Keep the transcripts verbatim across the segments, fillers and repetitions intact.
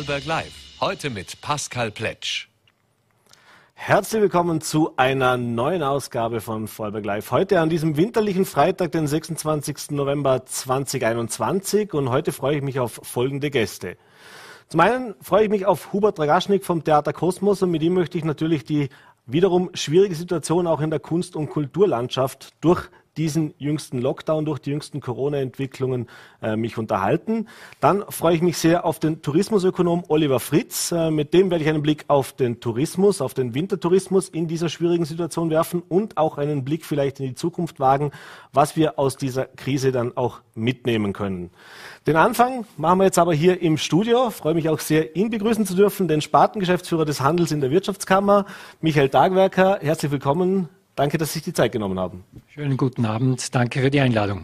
Vorarlberg Live. Heute mit Pascal Pletsch. Herzlich willkommen zu einer neuen Ausgabe von Vorarlberg Live. Heute an diesem winterlichen Freitag, den sechsundzwanzigsten November zweitausendeinundzwanzig. Und heute freue ich mich auf folgende Gäste. Zum einen freue ich mich auf Hubert Dragaschnik vom Theater Kosmos, und mit ihm möchte ich natürlich die wiederum schwierige Situation auch in der Kunst- und Kulturlandschaft durch diesen jüngsten Lockdown, durch die jüngsten Corona-Entwicklungen äh, mich unterhalten. Dann freue ich mich sehr auf den Tourismusökonom Oliver Fritz. Äh, mit dem werde ich einen Blick auf den Tourismus, auf den Wintertourismus in dieser schwierigen Situation werfen und auch einen Blick vielleicht in die Zukunft wagen, was wir aus dieser Krise dann auch mitnehmen können. Den Anfang machen wir jetzt aber hier im Studio. Ich freue mich auch sehr, ihn begrüßen zu dürfen, den Spartengeschäftsführer des Handels in der Wirtschaftskammer, Michael Tagwerker. Herzlich willkommen. Danke, dass Sie sich die Zeit genommen haben. Schönen guten Abend. Danke für die Einladung.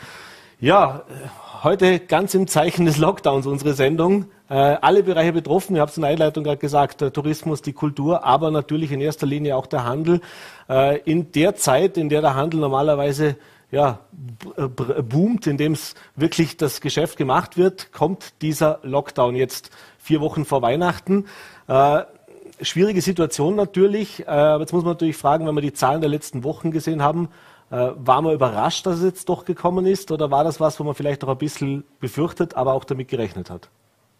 Ja, heute ganz im Zeichen des Lockdowns unsere Sendung. Äh, alle Bereiche betroffen. Ich habe es in der Einleitung gerade gesagt, der Tourismus, die Kultur, aber natürlich in erster Linie auch der Handel. Äh, in der Zeit, in der der Handel normalerweise ja, boomt, in dem es wirklich das Geschäft gemacht wird, kommt dieser Lockdown jetzt vier Wochen vor Weihnachten. Äh, Schwierige Situation natürlich, aber jetzt muss man natürlich fragen, wenn wir die Zahlen der letzten Wochen gesehen haben, war man überrascht, dass es jetzt doch gekommen ist, oder war das was, wo man vielleicht auch ein bisschen befürchtet, aber auch damit gerechnet hat?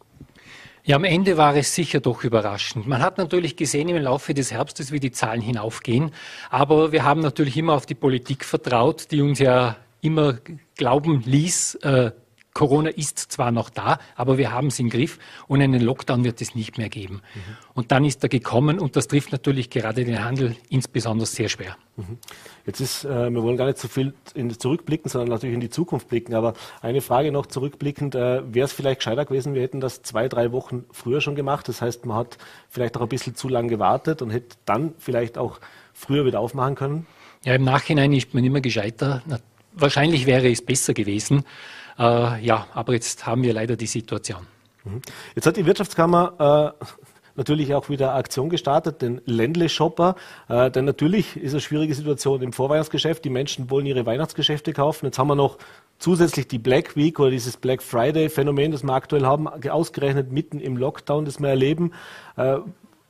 Ja, am Ende war es sicher doch überraschend. Man hat natürlich gesehen im Laufe des Herbstes, wie die Zahlen hinaufgehen, aber wir haben natürlich immer auf die Politik vertraut, die uns ja immer glauben ließ, äh, Corona ist zwar noch da, aber wir haben es im Griff und einen Lockdown wird es nicht mehr geben. Mhm. Und dann ist er gekommen und das trifft natürlich gerade den Handel insbesondere sehr schwer. Mhm. Jetzt ist, äh, wir wollen gar nicht so viel in die zurückblicken, sondern natürlich in die Zukunft blicken. Aber eine Frage noch zurückblickend, äh, wäre es vielleicht gescheiter gewesen, wir hätten das zwei, drei Wochen früher schon gemacht. Das heißt, man hat vielleicht auch ein bisschen zu lange gewartet und hätte dann vielleicht auch früher wieder aufmachen können? Ja, im Nachhinein ist man immer gescheiter. Na, wahrscheinlich wäre es besser gewesen. Äh, ja, aber jetzt haben wir leider die Situation. Jetzt hat die Wirtschaftskammer äh, natürlich auch wieder Aktion gestartet, den Ländle-Shopper. Äh, denn natürlich ist eine schwierige Situation im Vorweihnachtsgeschäft. Die Menschen wollen ihre Weihnachtsgeschäfte kaufen. Jetzt haben wir noch zusätzlich die Black Week oder dieses Black Friday-Phänomen, das wir aktuell haben, ausgerechnet mitten im Lockdown, das wir erleben. Äh,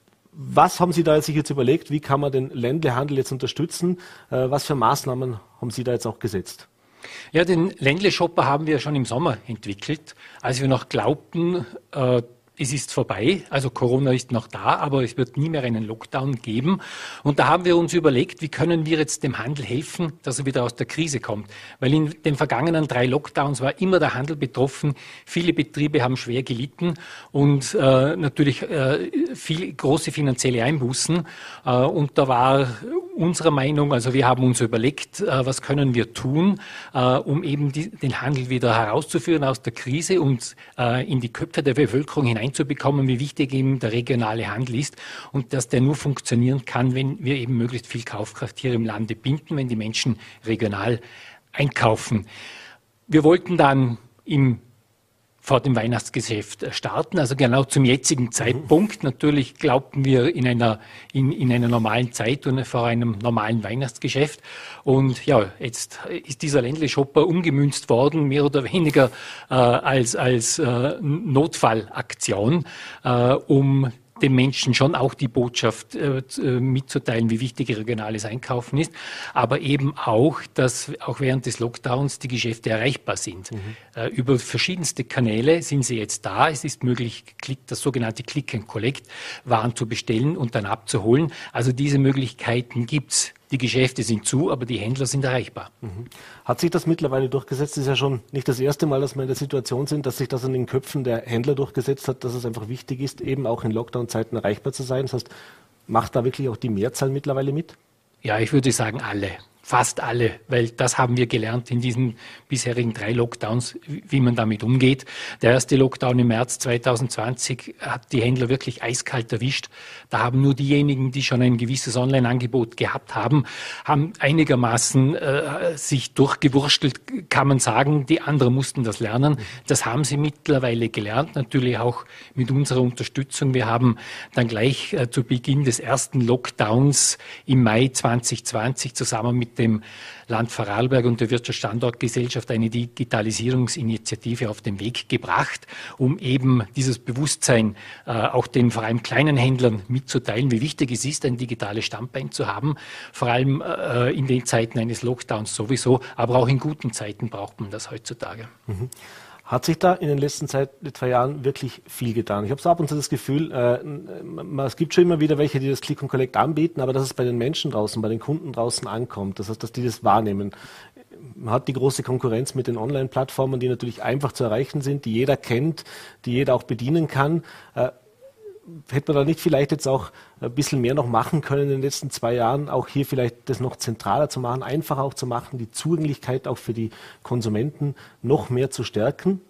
was haben Sie da sich jetzt überlegt? Wie kann man den Ländle-Handel jetzt unterstützen? Äh, was für Maßnahmen haben Sie da jetzt auch gesetzt? Ja, den Ländle-Shopper haben wir schon im Sommer entwickelt, als wir noch glaubten, äh, es ist vorbei, also Corona ist noch da, aber es wird nie mehr einen Lockdown geben. Und da haben wir uns überlegt, wie können wir jetzt dem Handel helfen, dass er wieder aus der Krise kommt. Weil in den vergangenen drei Lockdowns war immer der Handel betroffen. Viele Betriebe haben schwer gelitten und äh, natürlich äh, viel, große finanzielle Einbußen. Äh, und da war unserer Meinung, also wir haben uns überlegt, äh, was können wir tun, äh, um eben die, den Handel wieder herauszuführen aus der Krise und äh, in die Köpfe der Bevölkerung hinein zu bekommen, wie wichtig eben der regionale Handel ist und dass der nur funktionieren kann, wenn wir eben möglichst viel Kaufkraft hier im Lande binden, wenn die Menschen regional einkaufen. Wir wollten dann im vor dem Weihnachtsgeschäft starten, also genau zum jetzigen Zeitpunkt. Natürlich glaubten wir in einer, in, in einer normalen Zeit und vor einem normalen Weihnachtsgeschäft. Und ja, jetzt ist dieser Ländle-Shopper umgemünzt worden, mehr oder weniger äh, als, als äh, Notfallaktion, äh, um den Menschen schon auch die Botschaft äh, mitzuteilen, wie wichtig regionales Einkaufen ist, aber eben auch, dass auch während des Lockdowns die Geschäfte erreichbar sind. Mhm. Äh, über verschiedenste Kanäle sind sie jetzt da. Es ist möglich, das sogenannte Click and Collect, Waren zu bestellen und dann abzuholen. Also diese Möglichkeiten gibt's. Die Geschäfte sind zu, aber die Händler sind erreichbar. Mhm. Hat sich das mittlerweile durchgesetzt? Das ist ja schon nicht das erste Mal, dass wir in der Situation sind, dass sich das in den Köpfen der Händler durchgesetzt hat, dass es einfach wichtig ist, eben auch in Lockdown-Zeiten erreichbar zu sein. Das heißt, macht da wirklich auch die Mehrzahl mittlerweile mit? Ja, ich würde sagen alle. Fast alle, weil das haben wir gelernt in diesen bisherigen drei Lockdowns, wie man damit umgeht. Der erste Lockdown im März zweitausendzwanzig hat die Händler wirklich eiskalt erwischt. Da haben nur diejenigen, die schon ein gewisses Online-Angebot gehabt haben, haben einigermaßen äh, sich durchgewurstelt, kann man sagen. Die anderen mussten das lernen. Das haben sie mittlerweile gelernt, natürlich auch mit unserer Unterstützung. Wir haben dann gleich äh, zu Beginn des ersten Lockdowns im Mai zweitausendzwanzig zusammen mit mit dem Land Vorarlberg und der Wirtschaftsstandortgesellschaft eine Digitalisierungsinitiative auf den Weg gebracht, um eben dieses Bewusstsein äh, auch den vor allem kleinen Händlern mitzuteilen, wie wichtig es ist, ein digitales Standbein zu haben. Vor allem äh, in den Zeiten eines Lockdowns sowieso, aber auch in guten Zeiten braucht man das heutzutage. Mhm. Hat sich da in den letzten Zeit, zwei Jahren wirklich viel getan? Ich habe so ab und zu das Gefühl, äh, es gibt schon immer wieder welche, die das Click and Collect anbieten, aber dass es bei den Menschen draußen, bei den Kunden draußen ankommt, das heißt, dass die das wahrnehmen. Man hat die große Konkurrenz mit den Online-Plattformen, die natürlich einfach zu erreichen sind, die jeder kennt, die jeder auch bedienen kann. Äh, hätte man da nicht vielleicht jetzt auch ein bisschen mehr noch machen können in den letzten zwei Jahren, auch hier vielleicht das noch zentraler zu machen, einfacher auch zu machen, die Zugänglichkeit auch für die Konsumenten noch mehr zu stärken?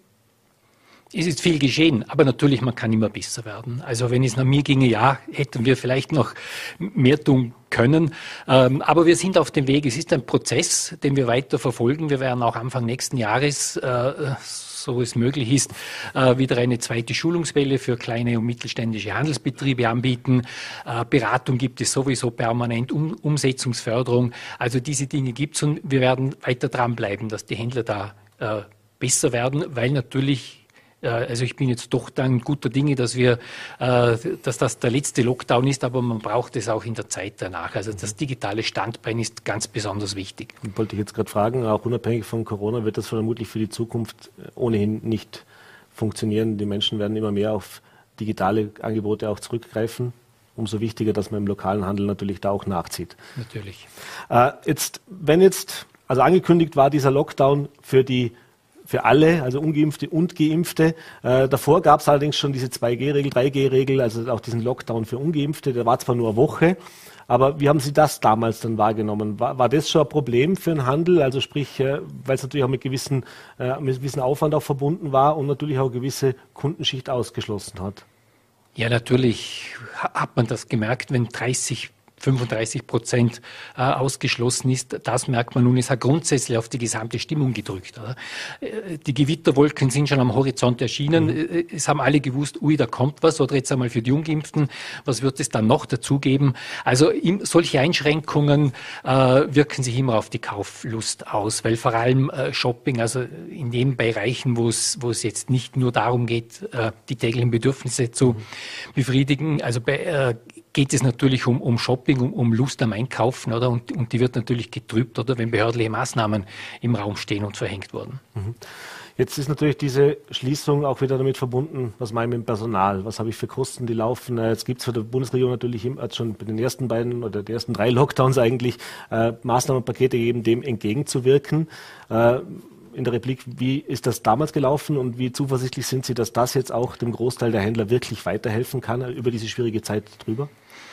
Es ist viel geschehen, aber natürlich, man kann immer besser werden. Also wenn es nach mir ginge, ja, hätten wir vielleicht noch mehr tun können. Ähm, aber wir sind auf dem Weg. Es ist ein Prozess, den wir weiter verfolgen. Wir werden auch Anfang nächsten Jahres, äh, so es möglich ist, äh, wieder eine zweite Schulungswelle für kleine und mittelständische Handelsbetriebe anbieten. Äh, Beratung gibt es sowieso permanent, um, Umsetzungsförderung. Also diese Dinge gibt es und wir werden weiter dranbleiben, dass die Händler da äh, besser werden, weil natürlich also ich bin jetzt doch dann guter Dinge, dass wir, dass das der letzte Lockdown ist, aber man braucht es auch in der Zeit danach. Also das digitale Standbein ist ganz besonders wichtig. Ich wollte ich jetzt gerade fragen, auch unabhängig von Corona wird das vermutlich für die Zukunft ohnehin nicht funktionieren. Die Menschen werden immer mehr auf digitale Angebote auch zurückgreifen. Umso wichtiger, dass man im lokalen Handel natürlich da auch nachzieht. Natürlich. Äh, jetzt, wenn jetzt, also angekündigt war dieser Lockdown für die für alle, also Ungeimpfte und Geimpfte. Äh, davor gab es allerdings schon diese zwei G Regel, drei G Regel, also auch diesen Lockdown für Ungeimpfte. Der war zwar nur eine Woche, aber wie haben Sie das damals dann wahrgenommen? War, war das schon ein Problem für den Handel? Also sprich, äh, weil es natürlich auch mit gewissen, äh, mit gewissen Aufwand auch verbunden war und natürlich auch eine gewisse Kundenschicht ausgeschlossen hat. Ja, natürlich hat man das gemerkt, wenn dreißig fünfunddreißig Prozent äh, ausgeschlossen ist. Das merkt man nun, es hat grundsätzlich auf die gesamte Stimmung gedrückt. Oder? Die Gewitterwolken sind schon am Horizont erschienen. Mhm. Es haben alle gewusst, ui, da kommt was. Oder jetzt einmal für die Ungeimpften, was wird es dann noch dazugeben? Also im, solche Einschränkungen äh, wirken sich immer auf die Kauflust aus, weil vor allem äh, Shopping, also in den Bereichen, wo es wo es jetzt nicht nur darum geht, äh, die täglichen Bedürfnisse zu mhm. befriedigen, also bei äh, geht es natürlich um, um Shopping, um, um Lust am Einkaufen, oder? Und, und die wird natürlich getrübt, oder? Wenn behördliche Maßnahmen im Raum stehen und verhängt wurden. Jetzt ist natürlich diese Schließung auch wieder damit verbunden, was meine ich mit dem Personal? Was habe ich für Kosten, die laufen? Jetzt gibt es für die Bundesregierung natürlich hat schon bei den ersten beiden oder den ersten drei Lockdowns eigentlich äh, Maßnahmenpakete gegeben, dem entgegenzuwirken. Äh, in der Replik, wie ist das damals gelaufen und wie zuversichtlich sind Sie, dass das jetzt auch dem Großteil der Händler wirklich weiterhelfen kann über diese schwierige Zeit drüber?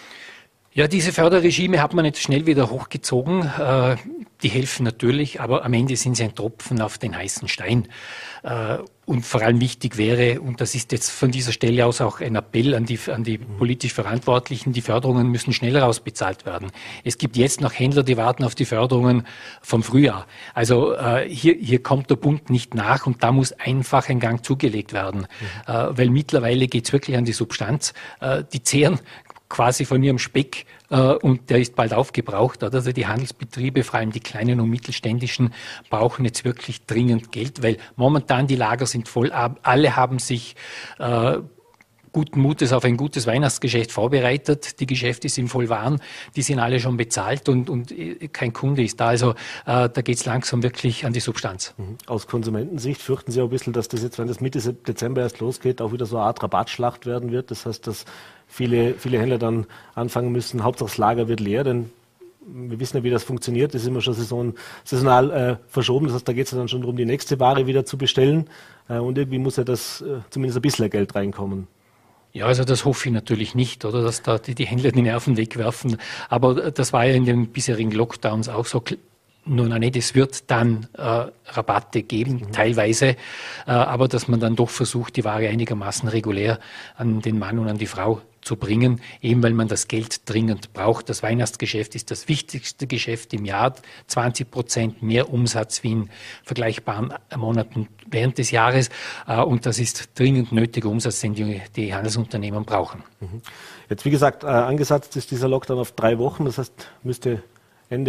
Ja, diese Förderregime hat man jetzt schnell wieder hochgezogen. Äh, die helfen natürlich, aber am Ende sind sie ein Tropfen auf den heißen Stein. Äh, und vor allem wichtig wäre, und das ist jetzt von dieser Stelle aus auch ein Appell an die, an die politisch Verantwortlichen, die Förderungen müssen schneller ausbezahlt werden. Es gibt jetzt noch Händler, die warten auf die Förderungen vom Frühjahr. Also äh, hier, hier kommt der Bund nicht nach und da muss einfach ein Gang zugelegt werden. Mhm. Äh, weil mittlerweile geht's wirklich an die Substanz. Äh, die zehren quasi von ihrem Speck äh, und der ist bald aufgebraucht. Oder? Also die Handelsbetriebe, vor allem die kleinen und mittelständischen, brauchen jetzt wirklich dringend Geld, weil momentan die Lager sind voll. Alle haben sich äh, guten Mutes auf ein gutes Weihnachtsgeschäft vorbereitet. Die Geschäfte sind voll Waren, die sind alle schon bezahlt und, und kein Kunde ist da. Also äh, da geht es langsam wirklich an die Substanz. Aus Konsumentensicht fürchten Sie auch ein bisschen, dass das jetzt, wenn das Mitte Dezember erst losgeht, auch wieder so eine Art Rabattschlacht werden wird. Das heißt, dass viele, viele Händler dann anfangen müssen, Hauptsache das Lager wird leer, denn wir wissen ja, wie das funktioniert. Das ist immer schon saison, saisonal äh, verschoben. Das heißt, da geht es ja dann schon darum, die nächste Ware wieder zu bestellen. Äh, und irgendwie muss ja das äh, zumindest ein bisschen Geld reinkommen. Ja, also das hoffe ich natürlich nicht, oder, dass da die, die Händler die Nerven wegwerfen. Aber das war ja in den bisherigen Lockdowns auch so. Nun, nicht, es wird dann äh, Rabatte geben, mhm. teilweise, äh, aber dass man dann doch versucht, die Ware einigermaßen regulär an den Mann und an die Frau zu bringen, eben weil man das Geld dringend braucht. Das Weihnachtsgeschäft ist das wichtigste Geschäft im Jahr, zwanzig Prozent mehr Umsatz wie in vergleichbaren Monaten während des Jahres äh, und das ist dringend nötiger Umsatz, den die, die Handelsunternehmen brauchen. Mhm. Jetzt, wie gesagt, äh, angesetzt ist dieser Lockdown auf drei Wochen, das heißt, müsste Ende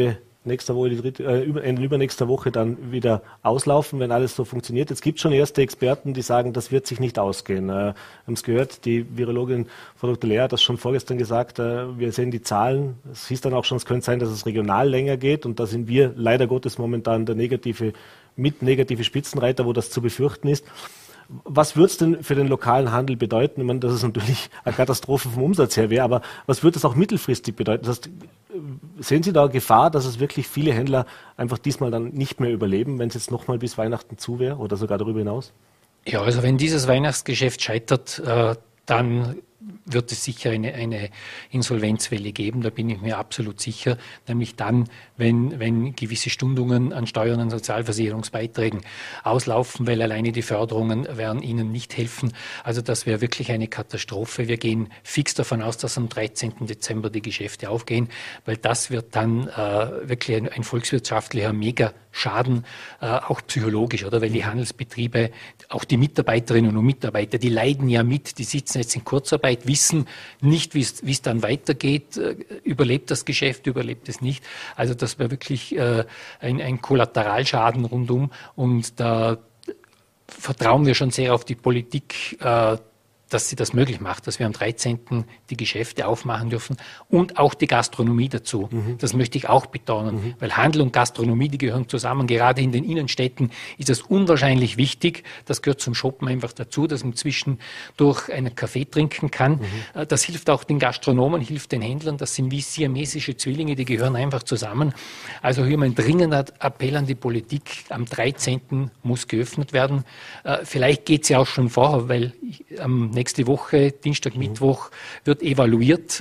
nächster Woche, die dritte, äh, über, Ende übernächster Woche dann wieder auslaufen, wenn alles so funktioniert. Es gibt schon erste Experten, die sagen, das wird sich nicht ausgehen. Äh, wir haben es gehört, die Virologin Frau Doktor Lehr hat das schon vorgestern gesagt, äh, wir sehen die Zahlen. Es hieß dann auch schon, es könnte sein, dass es regional länger geht und da sind wir leider Gottes momentan der negative, mit negative Spitzenreiter, wo das zu befürchten ist. Was würde es denn für den lokalen Handel bedeuten? Ich meine, dass es natürlich eine Katastrophe vom Umsatz her wäre, aber was würde es auch mittelfristig bedeuten? Das heißt, sehen Sie da Gefahr, dass es wirklich viele Händler einfach diesmal dann nicht mehr überleben, wenn es jetzt nochmal bis Weihnachten zu wäre oder sogar darüber hinaus? Ja, also wenn dieses Weihnachtsgeschäft scheitert, äh, dann wird es sicher eine, eine Insolvenzwelle geben, da bin ich mir absolut sicher, nämlich dann, wenn, wenn gewisse Stundungen an Steuern und Sozialversicherungsbeiträgen auslaufen, weil alleine die Förderungen werden ihnen nicht helfen. Also das wäre wirklich eine Katastrophe. Wir gehen fix davon aus, dass am dreizehnten Dezember die Geschäfte aufgehen, weil das wird dann äh, wirklich ein, ein volkswirtschaftlicher Mega-Schaden, äh, auch psychologisch, oder? Weil die Handelsbetriebe, auch die Mitarbeiterinnen und Mitarbeiter, die leiden ja mit, die sitzen jetzt in Kurzarbeit, wissen nicht, wie es dann weitergeht, äh, überlebt das Geschäft, überlebt es nicht. Also das wäre wirklich äh, ein, ein Kollateralschaden rundum und da vertrauen wir schon sehr auf die Politik, äh, dass sie das möglich macht, dass wir am dreizehnten die Geschäfte aufmachen dürfen und auch die Gastronomie dazu. Mhm. Das möchte ich auch betonen, mhm. weil Handel und Gastronomie, die gehören zusammen. Gerade in den Innenstädten ist das unwahrscheinlich wichtig. Das gehört zum Shoppen einfach dazu, dass man zwischendurch einen Kaffee trinken kann. Mhm. Das hilft auch den Gastronomen, hilft den Händlern. Das sind wie siamesische Zwillinge, die gehören einfach zusammen. Also hier mein dringender Appell an die Politik. Am dreizehnten muss geöffnet werden. Vielleicht geht es ja auch schon vorher, weil am nächste Woche, Dienstag, mhm. Mittwoch, wird evaluiert.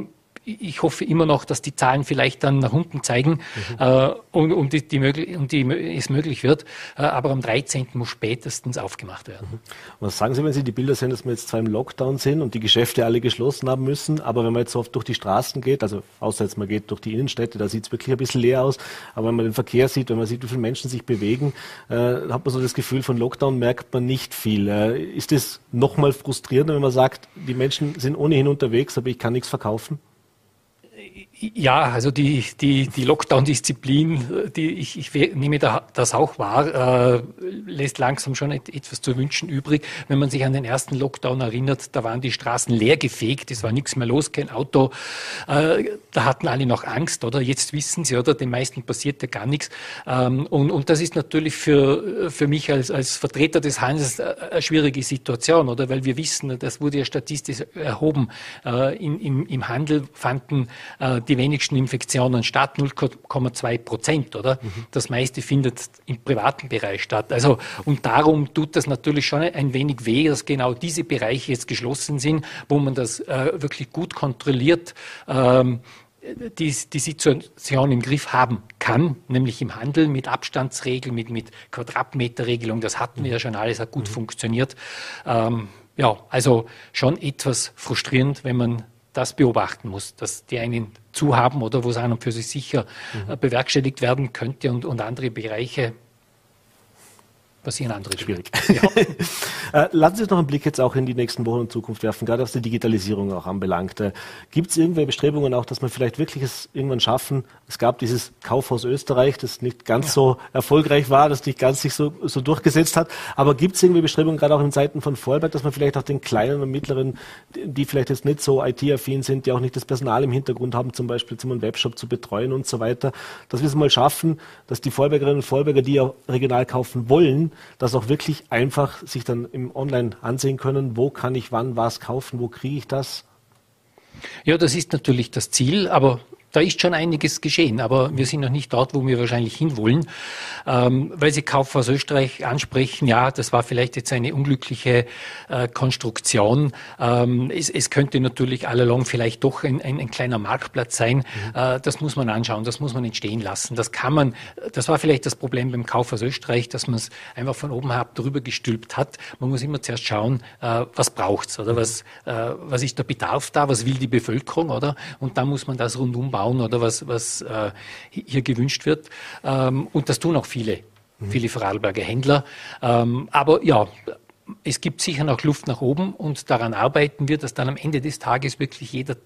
Ich hoffe immer noch, dass die Zahlen vielleicht dann nach unten zeigen mhm. äh, und, und, die, die möglich, und die, es möglich wird. Äh, aber am dreizehnten muss spätestens aufgemacht werden. Mhm. Was sagen Sie, wenn Sie die Bilder sehen, dass wir jetzt zwar im Lockdown sind und die Geschäfte alle geschlossen haben müssen, aber wenn man jetzt so oft durch die Straßen geht, also außer jetzt man geht durch die Innenstädte, da sieht es wirklich ein bisschen leer aus, aber wenn man den Verkehr sieht, wenn man sieht, wie viele Menschen sich bewegen, äh, hat man so das Gefühl, von Lockdown merkt man nicht viel. Äh, ist es nochmal frustrierender, wenn man sagt, die Menschen sind ohnehin unterwegs, aber ich kann nichts verkaufen? Ja, also die, die, die Lockdown-Disziplin, die ich, ich nehme da, das auch wahr, äh, lässt langsam schon et, etwas zu wünschen übrig. Wenn man sich an den ersten Lockdown erinnert, da waren die Straßen leer gefegt, es war nichts mehr los, kein Auto. Äh, da hatten alle noch Angst, oder? Jetzt wissen sie, oder? Den meisten passierte gar nichts. Ähm, und, und das ist natürlich für, für mich als, als Vertreter des Handels eine schwierige Situation, oder? Weil wir wissen, das wurde ja statistisch erhoben, äh, in, im, im Handel fanden äh, die wenigsten Infektionen statt, null Komma zwei Prozent, oder? Mhm. Das meiste findet im privaten Bereich statt. Also, und darum tut das natürlich schon ein wenig weh, dass genau diese Bereiche jetzt geschlossen sind, wo man das äh, wirklich gut kontrolliert, ähm, die, die Situation im Griff haben kann, nämlich im Handel mit Abstandsregeln, mit, mit Quadratmeterregelung. Das hatten wir ja schon alles, hat gut mhm. funktioniert. Ähm, ja, also schon etwas frustrierend, wenn man das beobachten muss, dass die einen zu haben oder wo es an und für sich sicher mhm. bewerkstelligt werden könnte und, und andere Bereiche passieren andere schwierig. Ja. Lassen Sie uns noch einen Blick jetzt auch in die nächsten Wochen und Zukunft werfen, gerade was die Digitalisierung auch anbelangt. Gibt es irgendwelche Bestrebungen auch, dass wir vielleicht wirklich es irgendwann schaffen? Es gab dieses Kaufhaus Österreich, das nicht ganz ja. so erfolgreich war, das nicht ganz sich so, so durchgesetzt hat. Aber gibt es irgendwie Bestrebungen, gerade auch in Zeiten von Vorarlberg, dass man vielleicht auch den kleinen und mittleren, die vielleicht jetzt nicht so I T-affin sind, die auch nicht das Personal im Hintergrund haben, zum Beispiel zum einen Webshop zu betreuen und so weiter, dass wir es mal schaffen, dass die Vorarlbergerinnen und Vorarlberger, die ja regional kaufen wollen, das auch wirklich einfach sich dann im Online ansehen können, wo kann ich wann was kaufen, wo kriege ich das? Ja, das ist natürlich das Ziel, aber da ist schon einiges geschehen, aber wir sind noch nicht dort, wo wir wahrscheinlich hinwollen. Ähm, weil Sie Kaufhaus Österreich ansprechen, ja, das war vielleicht jetzt eine unglückliche äh, Konstruktion. Ähm, es, es könnte natürlich all along vielleicht doch ein, ein, ein kleiner Marktplatz sein. Mhm. Äh, das muss man anschauen, das muss man entstehen lassen. Das kann man, das war vielleicht das Problem beim Kaufhaus Österreich, dass man es einfach von oben herab drüber gestülpt hat. Man muss immer zuerst schauen, äh, was braucht's, oder was, äh, was ist der Bedarf da, was will die Bevölkerung, oder? Und dann muss man das rundum bauen, oder was, was äh, hier gewünscht wird. Ähm, und das tun auch viele, mhm. viele Vorarlberger Händler. Ähm, aber ja, es gibt sicher noch Luft nach oben und daran arbeiten wir, dass dann am Ende des Tages wirklich jeder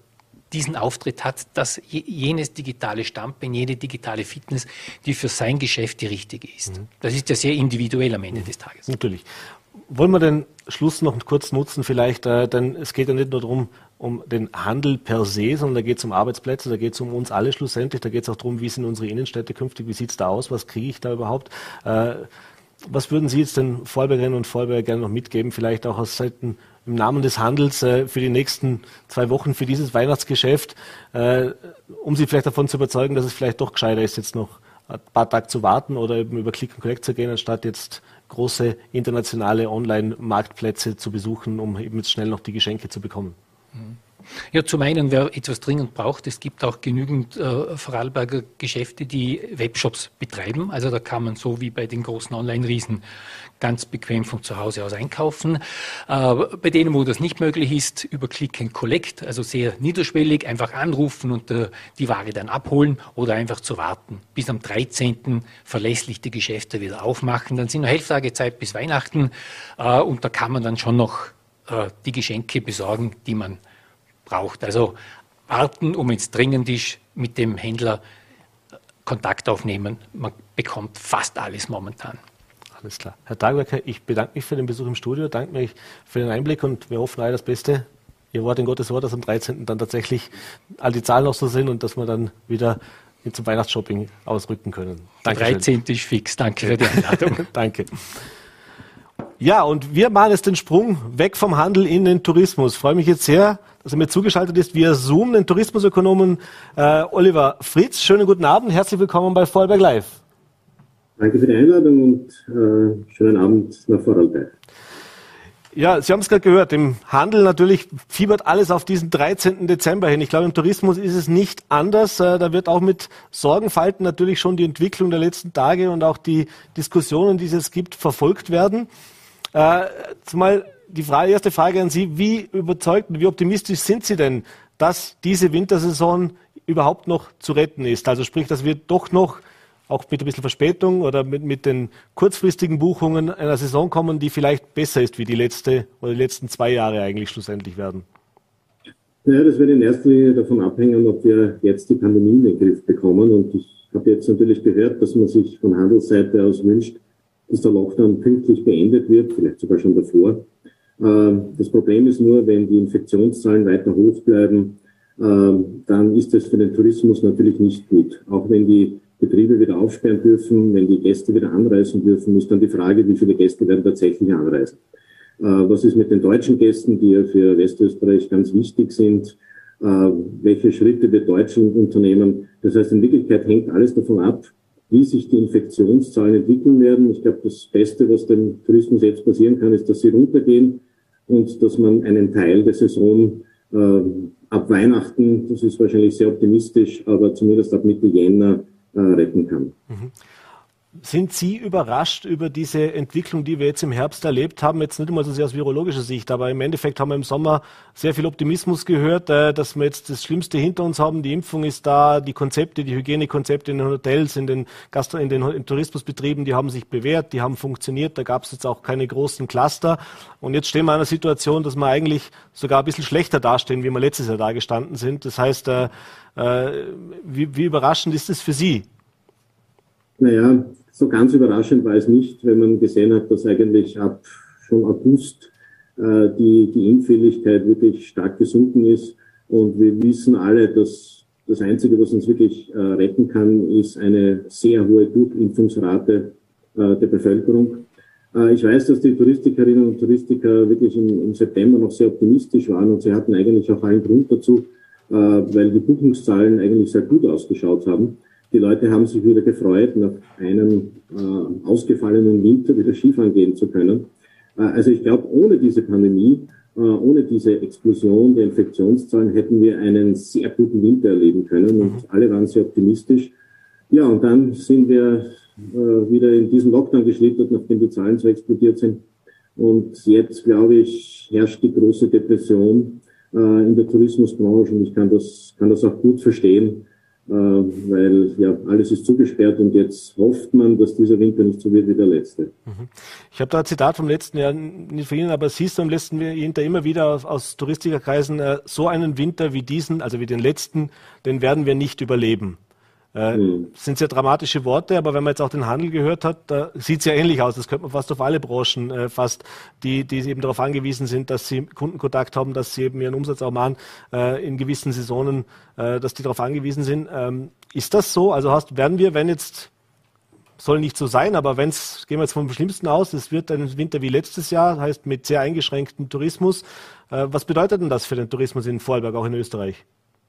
diesen Auftritt hat, dass jenes digitale Standbein, jene digitale Fitness, die für sein Geschäft die richtige ist. Mhm. Das ist ja sehr individuell am Ende mhm. des Tages. Natürlich. Wollen wir den Schluss noch kurz nutzen vielleicht, äh, denn es geht ja nicht nur darum, um den Handel per se, sondern da geht es um Arbeitsplätze, da geht es um uns alle schlussendlich, da geht es auch darum, wie sind unsere Innenstädte künftig, wie sieht es da aus, was kriege ich da überhaupt? Äh, was würden Sie jetzt den Vorarlbergerinnen und Vorarlberger gerne noch mitgeben, vielleicht auch aus Seiten im Namen des Handels äh, für die nächsten zwei Wochen, für dieses Weihnachtsgeschäft, äh, um Sie vielleicht davon zu überzeugen, dass es vielleicht doch gescheiter ist, jetzt noch ein paar Tage zu warten oder eben über Click and Collect zu gehen, anstatt jetzt große internationale Online-Marktplätze zu besuchen, um eben jetzt schnell noch die Geschenke zu bekommen. Ja, zum einen, wer etwas dringend braucht, es gibt auch genügend äh, Vorarlberger Geschäfte, die Webshops betreiben. Also da kann man so wie bei den großen Online-Riesen ganz bequem von zu Hause aus einkaufen. Äh, bei denen, wo das nicht möglich ist, über Click and Collect, also sehr niederschwellig, einfach anrufen und äh, die Ware dann abholen oder einfach zu warten. Bis am dreizehnten verlässlich die Geschäfte wieder aufmachen. Dann sind noch elf Tage Zeit bis Weihnachten äh, und da kann man dann schon noch äh, die Geschenke besorgen, die man braucht. Also warten, um es dringend ist, mit dem Händler Kontakt aufnehmen. Man bekommt fast alles momentan. Alles klar. Herr Tagwerker, ich bedanke mich für den Besuch im Studio, danke mich für den Einblick und wir hoffen alle das Beste. Ihr Wort in Gottes Wort, dass am dreizehnten dann tatsächlich all die Zahlen noch so sind und dass wir dann wieder zum Weihnachtsshopping ausrücken können. Danke. Der dreizehnte ist fix. Danke für die Einladung. Danke. Ja, und wir machen jetzt den Sprung weg vom Handel in den Tourismus. Ich freue mich jetzt sehr, dass er mir zugeschaltet ist via Zoom, den Tourismusökonomen äh, Oliver Fritz. Schönen guten Abend, herzlich willkommen bei Vorarlberg Live. Danke für die Einladung und äh, schönen Abend nach Vorarlberg. Ja, Sie haben es gerade gehört, im Handel natürlich fiebert alles auf diesen dreizehnten Dezember hin. Ich glaube, im Tourismus ist es nicht anders. Äh, da wird auch mit Sorgenfalten natürlich schon die Entwicklung der letzten Tage und auch die Diskussionen, die es jetzt gibt, verfolgt werden. Äh, zumal die Frage, erste Frage an Sie, wie überzeugt und wie optimistisch sind Sie denn, dass diese Wintersaison überhaupt noch zu retten ist? Also sprich, dass wir doch noch, auch mit ein bisschen Verspätung oder mit, mit den kurzfristigen Buchungen einer Saison kommen, die vielleicht besser ist wie die letzte oder die letzten zwei Jahre eigentlich schlussendlich werden? Naja, das wird in erster Linie davon abhängen, ob wir jetzt die Pandemie in den Griff bekommen. Und ich habe jetzt natürlich gehört, dass man sich von Handelsseite aus wünscht, dass der Lockdown pünktlich beendet wird, vielleicht sogar schon davor. Das Problem ist nur, wenn die Infektionszahlen weiter hoch bleiben, dann ist das für den Tourismus natürlich nicht gut. Auch wenn die Betriebe wieder aufsperren dürfen, wenn die Gäste wieder anreisen dürfen, ist dann die Frage, wie viele Gäste werden tatsächlich anreisen. Was ist mit den deutschen Gästen, die ja für Westösterreich ganz wichtig sind? Welche Schritte wird Deutschland unternehmen? Das heißt, in Wirklichkeit hängt alles davon ab, wie sich die Infektionszahlen entwickeln werden. Ich glaube, das Beste, was dem Tourismus jetzt passieren kann, ist, dass sie runtergehen und dass man einen Teil der Saison äh, ab Weihnachten, das ist wahrscheinlich sehr optimistisch, aber zumindest ab Mitte Jänner äh, retten kann. Mhm. Sind Sie überrascht über diese Entwicklung, die wir jetzt im Herbst erlebt haben? Jetzt nicht immer so sehr aus virologischer Sicht, aber im Endeffekt haben wir im Sommer sehr viel Optimismus gehört, dass wir jetzt das Schlimmste hinter uns haben. Die Impfung ist da, die Konzepte, die Hygienekonzepte in den Hotels, in den Gastro-, in den in Tourismusbetrieben, die haben sich bewährt, die haben funktioniert. Da gab es jetzt auch keine großen Cluster. Und jetzt stehen wir in einer Situation, dass wir eigentlich sogar ein bisschen schlechter dastehen, wie wir letztes Jahr da gestanden sind. Das heißt, äh, wie, wie überraschend ist es für Sie? Naja, so ganz überraschend war es nicht, wenn man gesehen hat, dass eigentlich ab schon August äh, die, die Impfwilligkeit wirklich stark gesunken ist. Und wir wissen alle, dass das Einzige, was uns wirklich äh, retten kann, ist eine sehr hohe Durchimpfungsrate äh, der Bevölkerung. Äh, ich weiß, dass die Touristikerinnen und Touristiker wirklich im, im September noch sehr optimistisch waren und sie hatten eigentlich auch allen Grund dazu, äh, weil die Buchungszahlen eigentlich sehr gut ausgeschaut haben. Die Leute haben sich wieder gefreut, nach einem äh, ausgefallenen Winter wieder Skifahren gehen zu können. Äh, also ich glaube, ohne diese Pandemie, äh, ohne diese Explosion der Infektionszahlen hätten wir einen sehr guten Winter erleben können und alle waren sehr optimistisch. Ja, und dann sind wir äh, wieder in diesen Lockdown geschlittert, nachdem die Zahlen so explodiert sind. Und jetzt, glaube ich, herrscht die große Depression äh, in der Tourismusbranche und ich kann das, kann das auch gut verstehen. weil ja alles ist zugesperrt und jetzt hofft man, dass dieser Winter nicht so wird wie der letzte. Ich habe da ein Zitat vom letzten Jahr, nicht von Ihnen, aber es hieß im letzten Winter immer wieder aus, aus Touristikerkreisen, äh, so einen Winter wie diesen, also wie den letzten, den werden wir nicht überleben. Äh, hm. Das sind sehr dramatische Worte, aber wenn man jetzt auch den Handel gehört hat, da sieht es ja ähnlich aus. Das könnte man fast auf alle Branchen äh, fast, die, die eben darauf angewiesen sind, dass sie Kundenkontakt haben, dass sie eben ihren Umsatz auch machen äh, in gewissen Saisonen, äh, dass die darauf angewiesen sind. Ähm, ist das so? Also hast, werden wir, wenn jetzt, soll nicht so sein, aber wenn es, gehen wir jetzt vom Schlimmsten aus, es wird ein Winter wie letztes Jahr, heißt mit sehr eingeschränktem Tourismus. Äh, was bedeutet denn das für den Tourismus in Vorarlberg, auch in Österreich?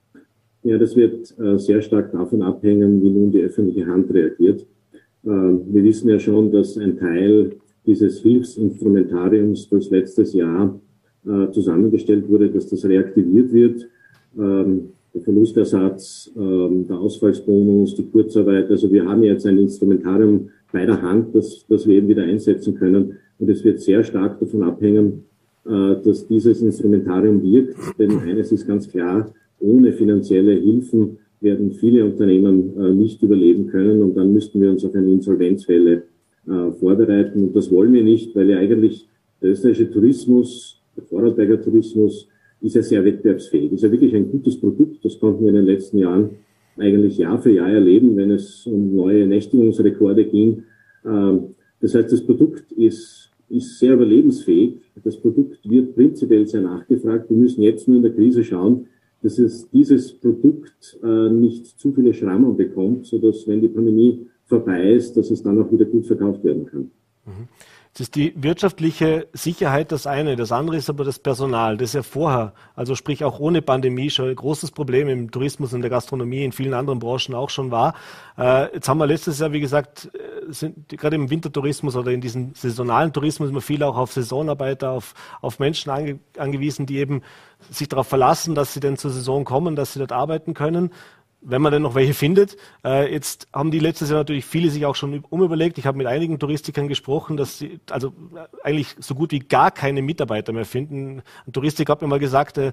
Ja, das wird äh, sehr stark davon abhängen, wie nun die öffentliche Hand reagiert. Äh, wir wissen ja schon, dass ein Teil dieses Hilfsinstrumentariums, das letztes Jahr äh, zusammengestellt wurde, dass das reaktiviert wird. Ähm, der Verlustersatz, ähm, der Ausfallsbonus, die Kurzarbeit. Also wir haben jetzt ein Instrumentarium bei der Hand, das, das wir eben wieder einsetzen können. Und es wird sehr stark davon abhängen, äh, dass dieses Instrumentarium wirkt. Denn eines ist ganz klar, ohne finanzielle Hilfen werden viele Unternehmen äh, nicht überleben können und dann müssten wir uns auf eine Insolvenzwelle äh, vorbereiten. Und das wollen wir nicht, weil ja eigentlich der österreichische Tourismus, der Vorarlberger Tourismus, ist ja sehr wettbewerbsfähig. Ist ja wirklich ein gutes Produkt. Das konnten wir in den letzten Jahren eigentlich Jahr für Jahr erleben, wenn es um neue Nächtigungsrekorde ging. Ähm, das heißt, das Produkt ist, ist sehr überlebensfähig. Das Produkt wird prinzipiell sehr nachgefragt. Wir müssen jetzt nur in der Krise schauen, dass es dieses Produkt äh, nicht zu viele Schrammen bekommt, sodass, wenn die Pandemie vorbei ist, dass es dann auch wieder gut verkauft werden kann. Mhm. Jetzt ist die wirtschaftliche Sicherheit das eine, das andere ist aber das Personal, das ja vorher, also sprich auch ohne Pandemie schon ein großes Problem im Tourismus, in der Gastronomie, in vielen anderen Branchen auch schon war. Äh, jetzt haben wir letztes Jahr, wie gesagt, sind gerade im Wintertourismus oder in diesem saisonalen Tourismus immer viel auch auf Saisonarbeiter, auf, auf Menschen ange, angewiesen, die eben sich darauf verlassen, dass sie denn zur Saison kommen, dass sie dort arbeiten können. Wenn man denn noch welche findet. Äh, jetzt haben die letztes Jahr natürlich viele sich auch schon umüberlegt. Ich habe mit einigen Touristikern gesprochen, dass sie also eigentlich so gut wie gar keine Mitarbeiter mehr finden. Ein Touristiker hat mir mal gesagt, äh,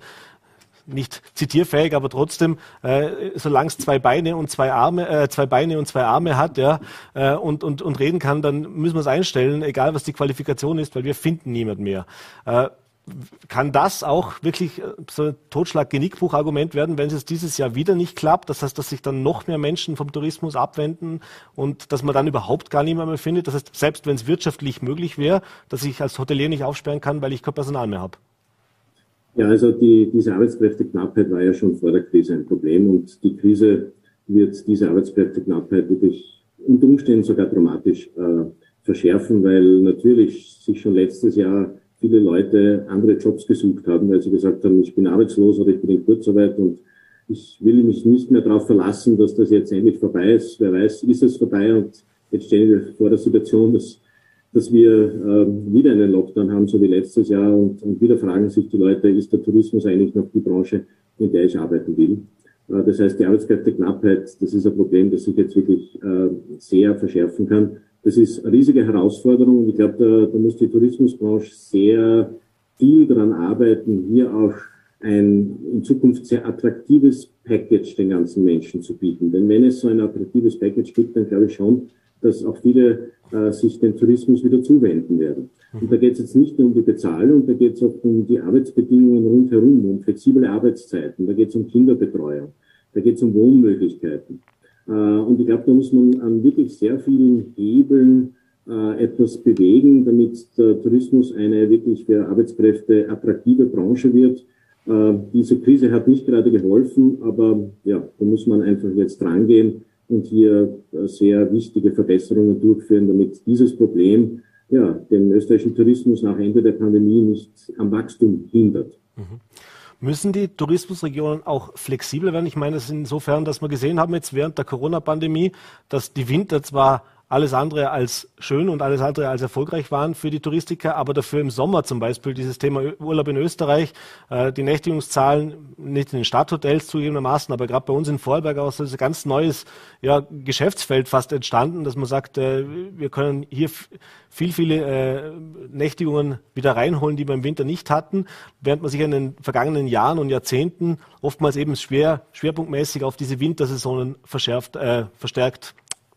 nicht zitierfähig, aber trotzdem, äh, solange es zwei Beine und zwei Arme, äh, zwei Beine und zwei Arme hat, ja, äh, und, und, und reden kann, dann müssen wir es einstellen, egal was die Qualifikation ist, weil wir finden niemand mehr. Äh, Kann das auch wirklich so ein Totschlag-Genickbruch-Argument werden, wenn es dieses Jahr wieder nicht klappt? Das heißt, dass sich dann noch mehr Menschen vom Tourismus abwenden und dass man dann überhaupt gar niemand mehr findet? Das heißt, selbst wenn es wirtschaftlich möglich wäre, dass ich als Hotelier nicht aufsperren kann, weil ich kein Personal mehr habe. Ja, also die, diese Arbeitskräfteknappheit war ja schon vor der Krise ein Problem und die Krise wird diese Arbeitskräfteknappheit wirklich unter Umständen sogar dramatisch äh, verschärfen, weil natürlich sich schon letztes Jahr viele Leute andere Jobs gesucht haben, weil sie gesagt haben, ich bin arbeitslos oder ich bin in Kurzarbeit und ich will mich nicht mehr darauf verlassen, dass das jetzt endlich vorbei ist. Wer weiß, ist es vorbei und jetzt stehen wir vor der Situation, dass, dass wir äh, wieder einen Lockdown haben, so wie letztes Jahr und, und wieder fragen sich die Leute, ist der Tourismus eigentlich noch die Branche, in der ich arbeiten will? Äh, das heißt, die Arbeitskräfteknappheit, das ist ein Problem, das sich jetzt wirklich äh, sehr verschärfen kann. Das ist eine riesige Herausforderung und ich glaube, da, da muss die Tourismusbranche sehr viel daran arbeiten, hier auch ein in Zukunft sehr attraktives Package den ganzen Menschen zu bieten. Denn wenn es so ein attraktives Package gibt, dann glaube ich schon, dass auch viele äh, sich dem Tourismus wieder zuwenden werden. Und da geht es jetzt nicht nur um die Bezahlung, da geht es auch um die Arbeitsbedingungen rundherum, um flexible Arbeitszeiten, da geht es um Kinderbetreuung, da geht es um Wohnmöglichkeiten. Und ich glaube, da muss man an wirklich sehr vielen Hebeln äh, etwas bewegen, damit der Tourismus eine wirklich für Arbeitskräfte attraktive Branche wird. Äh, diese Krise hat nicht gerade geholfen, aber ja, da muss man einfach jetzt drangehen und hier äh, sehr wichtige Verbesserungen durchführen, damit dieses Problem ja, den österreichischen Tourismus nach Ende der Pandemie nicht am Wachstum hindert. Mhm. Müssen die Tourismusregionen auch flexibler werden? Ich meine, das ist insofern, dass wir gesehen haben jetzt während der Corona-Pandemie, dass die Winter zwar alles andere als schön und alles andere als erfolgreich waren für die Touristiker, aber dafür im Sommer zum Beispiel dieses Thema Urlaub in Österreich, äh, die Nächtigungszahlen nicht in den Stadthotels zugegebenermaßen, aber gerade bei uns in Vorarlberg auch so ein ganz neues ja, Geschäftsfeld fast entstanden, dass man sagt, äh, wir können hier viel, viele äh, Nächtigungen wieder reinholen, die wir im Winter nicht hatten, während man sich in den vergangenen Jahren und Jahrzehnten oftmals eben schwer, schwerpunktmäßig auf diese Wintersaisonen verschärft, äh, verstärkt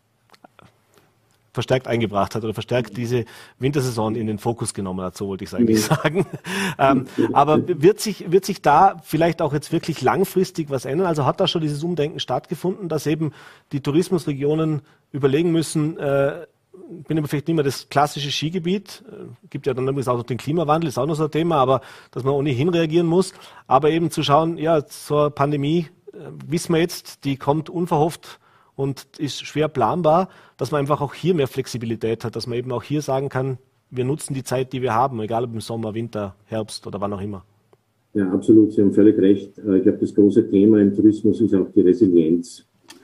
verstärkt eingebracht hat oder verstärkt diese Wintersaison in den Fokus genommen hat, so wollte ich es eigentlich sagen. ähm, aber wird sich, wird sich da vielleicht auch jetzt wirklich langfristig was ändern? Also hat da schon dieses Umdenken stattgefunden, dass eben die Tourismusregionen überlegen müssen, äh, bin aber vielleicht nicht mehr das klassische Skigebiet, äh, gibt ja dann übrigens auch noch den Klimawandel, ist auch noch so ein Thema, aber dass man ohnehin reagieren muss, aber eben zu schauen, ja, zur Pandemie äh, wissen wir jetzt, die kommt unverhofft und ist schwer planbar, dass man einfach auch hier mehr Flexibilität hat, dass man eben auch hier sagen kann, wir nutzen die Zeit, die wir haben, egal ob im Sommer, Winter, Herbst oder wann auch immer. Ja, absolut, Sie haben völlig recht. Ich glaube, das große Thema im Tourismus ist auch die Resilienz.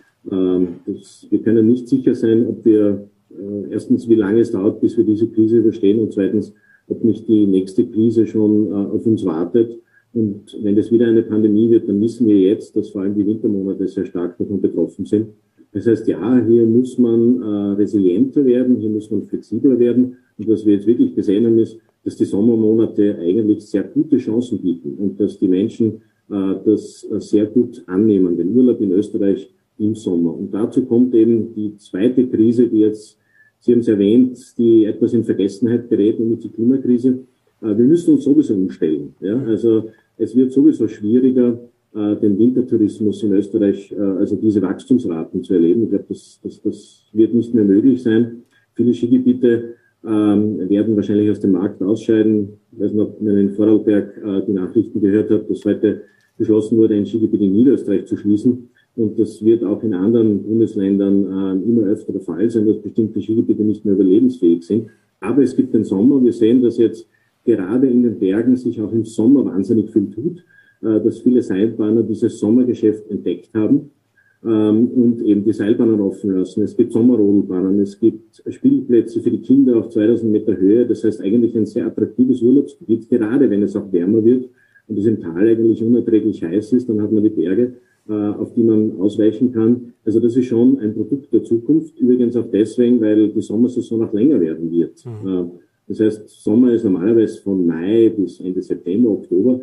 Das, wir können nicht sicher sein, ob wir erstens, wie lange es dauert, bis wir diese Krise überstehen und zweitens, ob nicht die nächste Krise schon auf uns wartet. Und wenn das wieder eine Pandemie wird, dann wissen wir jetzt, dass vor allem die Wintermonate sehr stark davon betroffen sind. Das heißt, ja, hier muss man äh, resilienter werden, hier muss man flexibler werden. Und was wir jetzt wirklich gesehen haben, ist, dass die Sommermonate eigentlich sehr gute Chancen bieten und dass die Menschen äh, das äh, sehr gut annehmen, den Urlaub in Österreich im Sommer. Und dazu kommt eben die zweite Krise, die jetzt, Sie haben es erwähnt, die etwas in Vergessenheit gerät, nämlich die Klimakrise. Äh, wir müssen uns sowieso umstellen. Ja? Also es wird sowieso schwieriger, den Wintertourismus in Österreich, also diese Wachstumsraten zu erleben. Ich glaube, das, das, das wird nicht mehr möglich sein. Viele Skigebiete ähm, werden wahrscheinlich aus dem Markt ausscheiden. Ich weiß nicht, ob man in Vorarlberg äh, die Nachrichten gehört hat, dass heute beschlossen wurde, ein Skigebiet in Niederösterreich zu schließen. Und das wird auch in anderen Bundesländern äh, immer öfter der Fall sein, dass bestimmte Skigebiete nicht mehr überlebensfähig sind. Aber es gibt den Sommer. Wir sehen, dass jetzt gerade in den Bergen sich auch im Sommer wahnsinnig viel tut, dass viele Seilbahner dieses Sommergeschäft entdeckt haben ähm, und eben die Seilbahnen offen lassen. Es gibt Sommerrodelbahnen, es gibt Spielplätze für die Kinder auf zweitausend Meter Höhe. Das heißt eigentlich ein sehr attraktives Urlaubsgebiet, gerade wenn es auch wärmer wird und es im Tal eigentlich unerträglich heiß ist, dann hat man die Berge, äh, auf die man ausweichen kann. Also das ist schon ein Produkt der Zukunft. Übrigens auch deswegen, weil die Sommersaison auch länger werden wird. Mhm. Äh, das heißt, Sommer ist normalerweise von Mai bis Ende September, Oktober.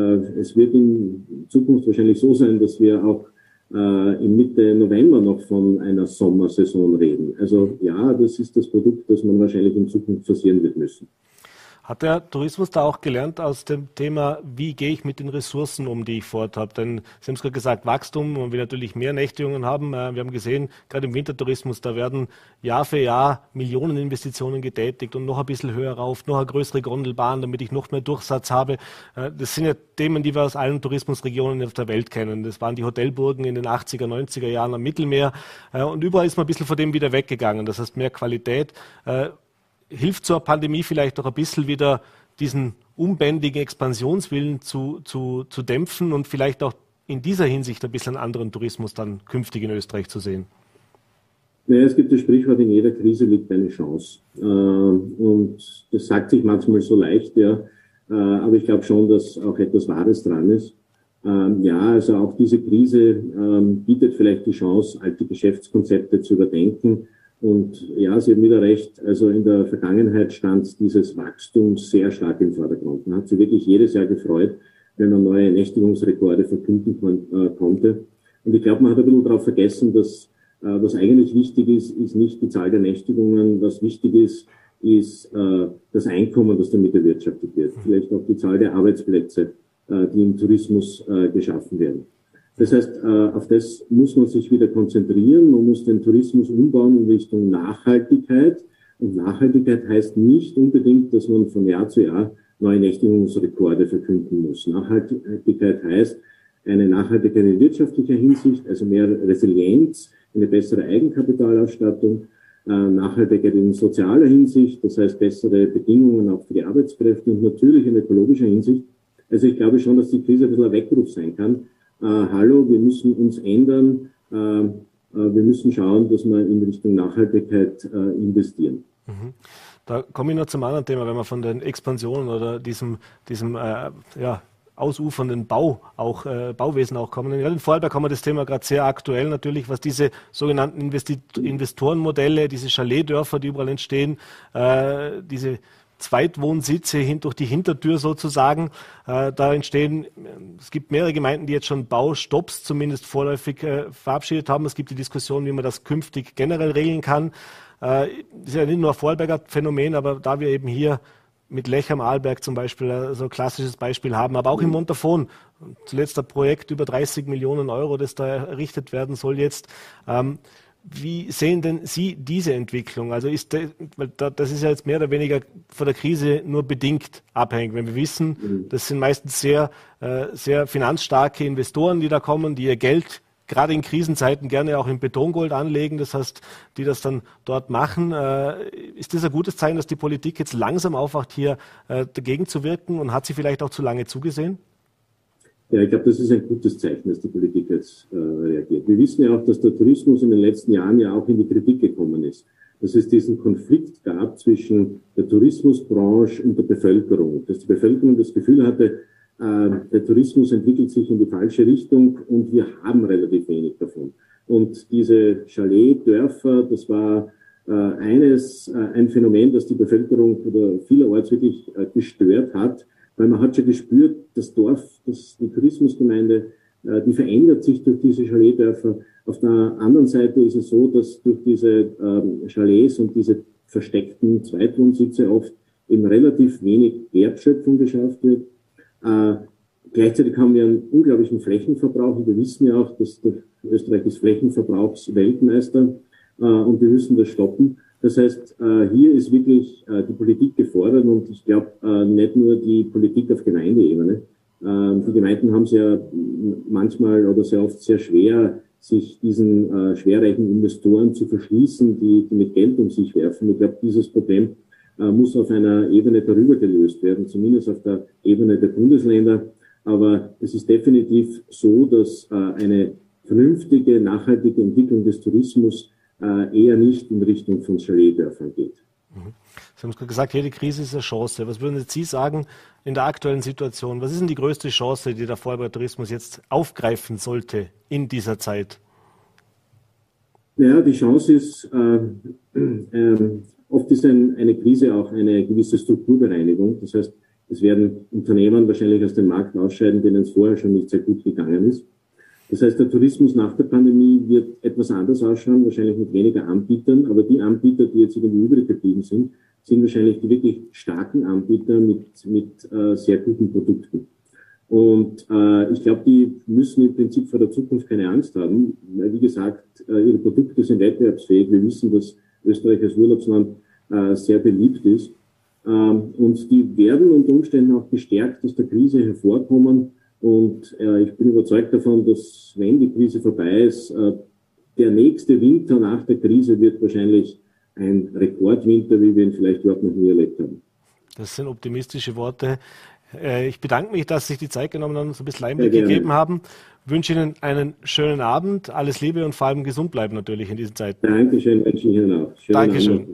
Es wird in Zukunft wahrscheinlich so sein, dass wir auch äh, im Mitte November noch von einer Sommersaison reden. Also ja, das ist das Produkt, das man wahrscheinlich in Zukunft forcieren wird müssen. Hat der Tourismus da auch gelernt aus dem Thema, wie gehe ich mit den Ressourcen um, die ich fort habe? Denn Sie haben es gerade gesagt, Wachstum, und wir natürlich mehr Nächtigungen haben. Wir haben gesehen, gerade im Wintertourismus, da werden Jahr für Jahr Millionen Investitionen getätigt und noch ein bisschen höher rauf, noch eine größere Gondelbahn, damit ich noch mehr Durchsatz habe. Das sind ja Themen, die wir aus allen Tourismusregionen auf der Welt kennen. Das waren die Hotelburgen in den achtziger, neunziger Jahren am Mittelmeer. Und überall ist man ein bisschen von dem wieder weggegangen. Das heißt, mehr Qualität. Hilft zur Pandemie vielleicht auch ein bisschen wieder diesen unbändigen Expansionswillen zu, zu, zu dämpfen und vielleicht auch in dieser Hinsicht ein bisschen anderen Tourismus dann künftig in Österreich zu sehen? Naja, es gibt das Sprichwort, in jeder Krise liegt eine Chance. Und das sagt sich manchmal so leicht, ja. Aber ich glaube schon, dass auch etwas Wahres dran ist. Ja, also auch diese Krise bietet vielleicht die Chance, alte Geschäftskonzepte zu überdenken. Und ja, Sie haben wieder recht, also in der Vergangenheit stand dieses Wachstum sehr stark im Vordergrund. Man hat sich wirklich jedes Jahr gefreut, wenn man neue Nächtigungsrekorde verkünden kon- äh, konnte. Und ich glaube, man hat ein bisschen darauf vergessen, dass äh, was eigentlich wichtig ist, ist nicht die Zahl der Nächtigungen. Was wichtig ist, ist äh, das Einkommen, das damit erwirtschaftet wird. Vielleicht auch die Zahl der Arbeitsplätze, äh, die im Tourismus äh, geschaffen werden. Das heißt, auf das muss man sich wieder konzentrieren. Man muss den Tourismus umbauen in Richtung Nachhaltigkeit. Und Nachhaltigkeit heißt nicht unbedingt, dass man von Jahr zu Jahr neue Nächtigungsrekorde verkünden muss. Nachhaltigkeit heißt eine Nachhaltigkeit in wirtschaftlicher Hinsicht, also mehr Resilienz, eine bessere Eigenkapitalausstattung, Nachhaltigkeit in sozialer Hinsicht, das heißt bessere Bedingungen auch für die Arbeitskräfte und natürlich in ökologischer Hinsicht. Also ich glaube schon, dass die Krise ein bisschen ein Weckruf sein kann. Uh, hallo, wir müssen uns ändern. Uh, wir müssen schauen, dass wir in Richtung Nachhaltigkeit investieren. Mhm. Da komme ich noch zum anderen Thema, wenn wir von den Expansionen oder diesem, diesem äh, ja, ausufernden Bau auch, äh, Bauwesen auch kommen. In Vorarlberg haben wir das Thema gerade sehr aktuell natürlich, was diese sogenannten Investi Investorenmodelle, diese Chaletdörfer, die überall entstehen, äh, diese Zweitwohnsitze hin, durch die Hintertür sozusagen. Äh, da entstehen, es gibt mehrere Gemeinden, die jetzt schon Baustopps zumindest vorläufig äh, verabschiedet haben. Es gibt die Diskussion, wie man das künftig generell regeln kann. Äh, ist ja nicht nur ein Vorarlberger Phänomen, aber da wir eben hier mit Lech am Arlberg zum Beispiel so ein klassisches Beispiel haben, aber auch in Montafon, zuletzt ein Projekt über dreißig Millionen Euro, das da errichtet werden soll jetzt. Ähm, Wie sehen denn Sie diese Entwicklung? Also ist de, das ist ja jetzt mehr oder weniger von der Krise nur bedingt abhängig. Wenn wir wissen, das sind meistens sehr, sehr finanzstarke Investoren, die da kommen, die ihr Geld gerade in Krisenzeiten gerne auch in Betongold anlegen. Das heißt, die das dann dort machen. Ist das ein gutes Zeichen, dass die Politik jetzt langsam aufwacht, hier dagegen zu wirken, und hat sie vielleicht auch zu lange zugesehen? Ja, ich glaube, das ist ein gutes Zeichen, dass die Politik jetzt äh, reagiert. Wir wissen ja auch, dass der Tourismus in den letzten Jahren ja auch in die Kritik gekommen ist. Dass es diesen Konflikt gab zwischen der Tourismusbranche und der Bevölkerung. Dass die Bevölkerung das Gefühl hatte, äh, der Tourismus entwickelt sich in die falsche Richtung und wir haben relativ wenig davon. Und diese Chaletdörfer, das war äh, eines, äh, ein Phänomen, das die Bevölkerung oder vielerorts wirklich äh, gestört hat. Weil man hat schon gespürt, das Dorf, das, die Tourismusgemeinde, äh, die verändert sich durch diese Chaletdörfer. Auf der anderen Seite ist es so, dass durch diese ähm, Chalets und diese versteckten Zweitwohnsitze oft eben relativ wenig Wertschöpfung geschafft wird. Äh, gleichzeitig haben wir einen unglaublichen Flächenverbrauch. Und wir wissen ja auch, dass der Österreich ist Flächenverbrauchsweltmeister äh, und wir müssen das stoppen. Das heißt, hier ist wirklich die Politik gefordert, und ich glaube, nicht nur die Politik auf Gemeindeebene. Die Gemeinden haben es ja manchmal oder sehr oft sehr schwer, sich diesen schwerreichen Investoren zu verschließen, die, die mit Geld um sich werfen. Ich glaube, dieses Problem muss auf einer Ebene darüber gelöst werden, zumindest auf der Ebene der Bundesländer. Aber es ist definitiv so, dass eine vernünftige, nachhaltige Entwicklung des Tourismus eher nicht in Richtung von Chaletdörfern geht. Sie haben es gerade gesagt, jede Krise ist eine Chance. Was würden Sie sagen in der aktuellen Situation? Was ist denn die größte Chance, die der Vorarlberger Tourismus jetzt aufgreifen sollte in dieser Zeit? Naja, die Chance ist, äh, äh, oft ist ein, eine Krise auch eine gewisse Strukturbereinigung. Das heißt, es werden Unternehmen wahrscheinlich aus dem Markt ausscheiden, denen es vorher schon nicht sehr gut gegangen ist. Das heißt, der Tourismus nach der Pandemie wird etwas anders ausschauen, wahrscheinlich mit weniger Anbietern, aber die Anbieter, die jetzt irgendwie übrig geblieben sind, sind wahrscheinlich die wirklich starken Anbieter mit, mit äh, sehr guten Produkten. Und äh, ich glaube, die müssen im Prinzip vor der Zukunft keine Angst haben, weil, wie gesagt, äh, ihre Produkte sind wettbewerbsfähig. Wir wissen, dass Österreich als Urlaubsland äh, sehr beliebt ist. Ähm, und die werden unter Umständen auch gestärkt aus der Krise hervorkommen. Und äh, ich bin überzeugt davon, dass, wenn die Krise vorbei ist, äh, der nächste Winter nach der Krise wird wahrscheinlich ein Rekordwinter, wie wir ihn vielleicht überhaupt noch nie erlebt haben. Das sind optimistische Worte. Äh, ich bedanke mich, dass Sie sich die Zeit genommen haben und so ein bisschen Einblick gegeben haben. Ich wünsche Ihnen einen schönen Abend, alles Liebe und vor allem gesund bleiben natürlich in diesen Zeiten. Dankeschön, wünsche ich Ihnen auch. Schönen Dankeschön. Abend.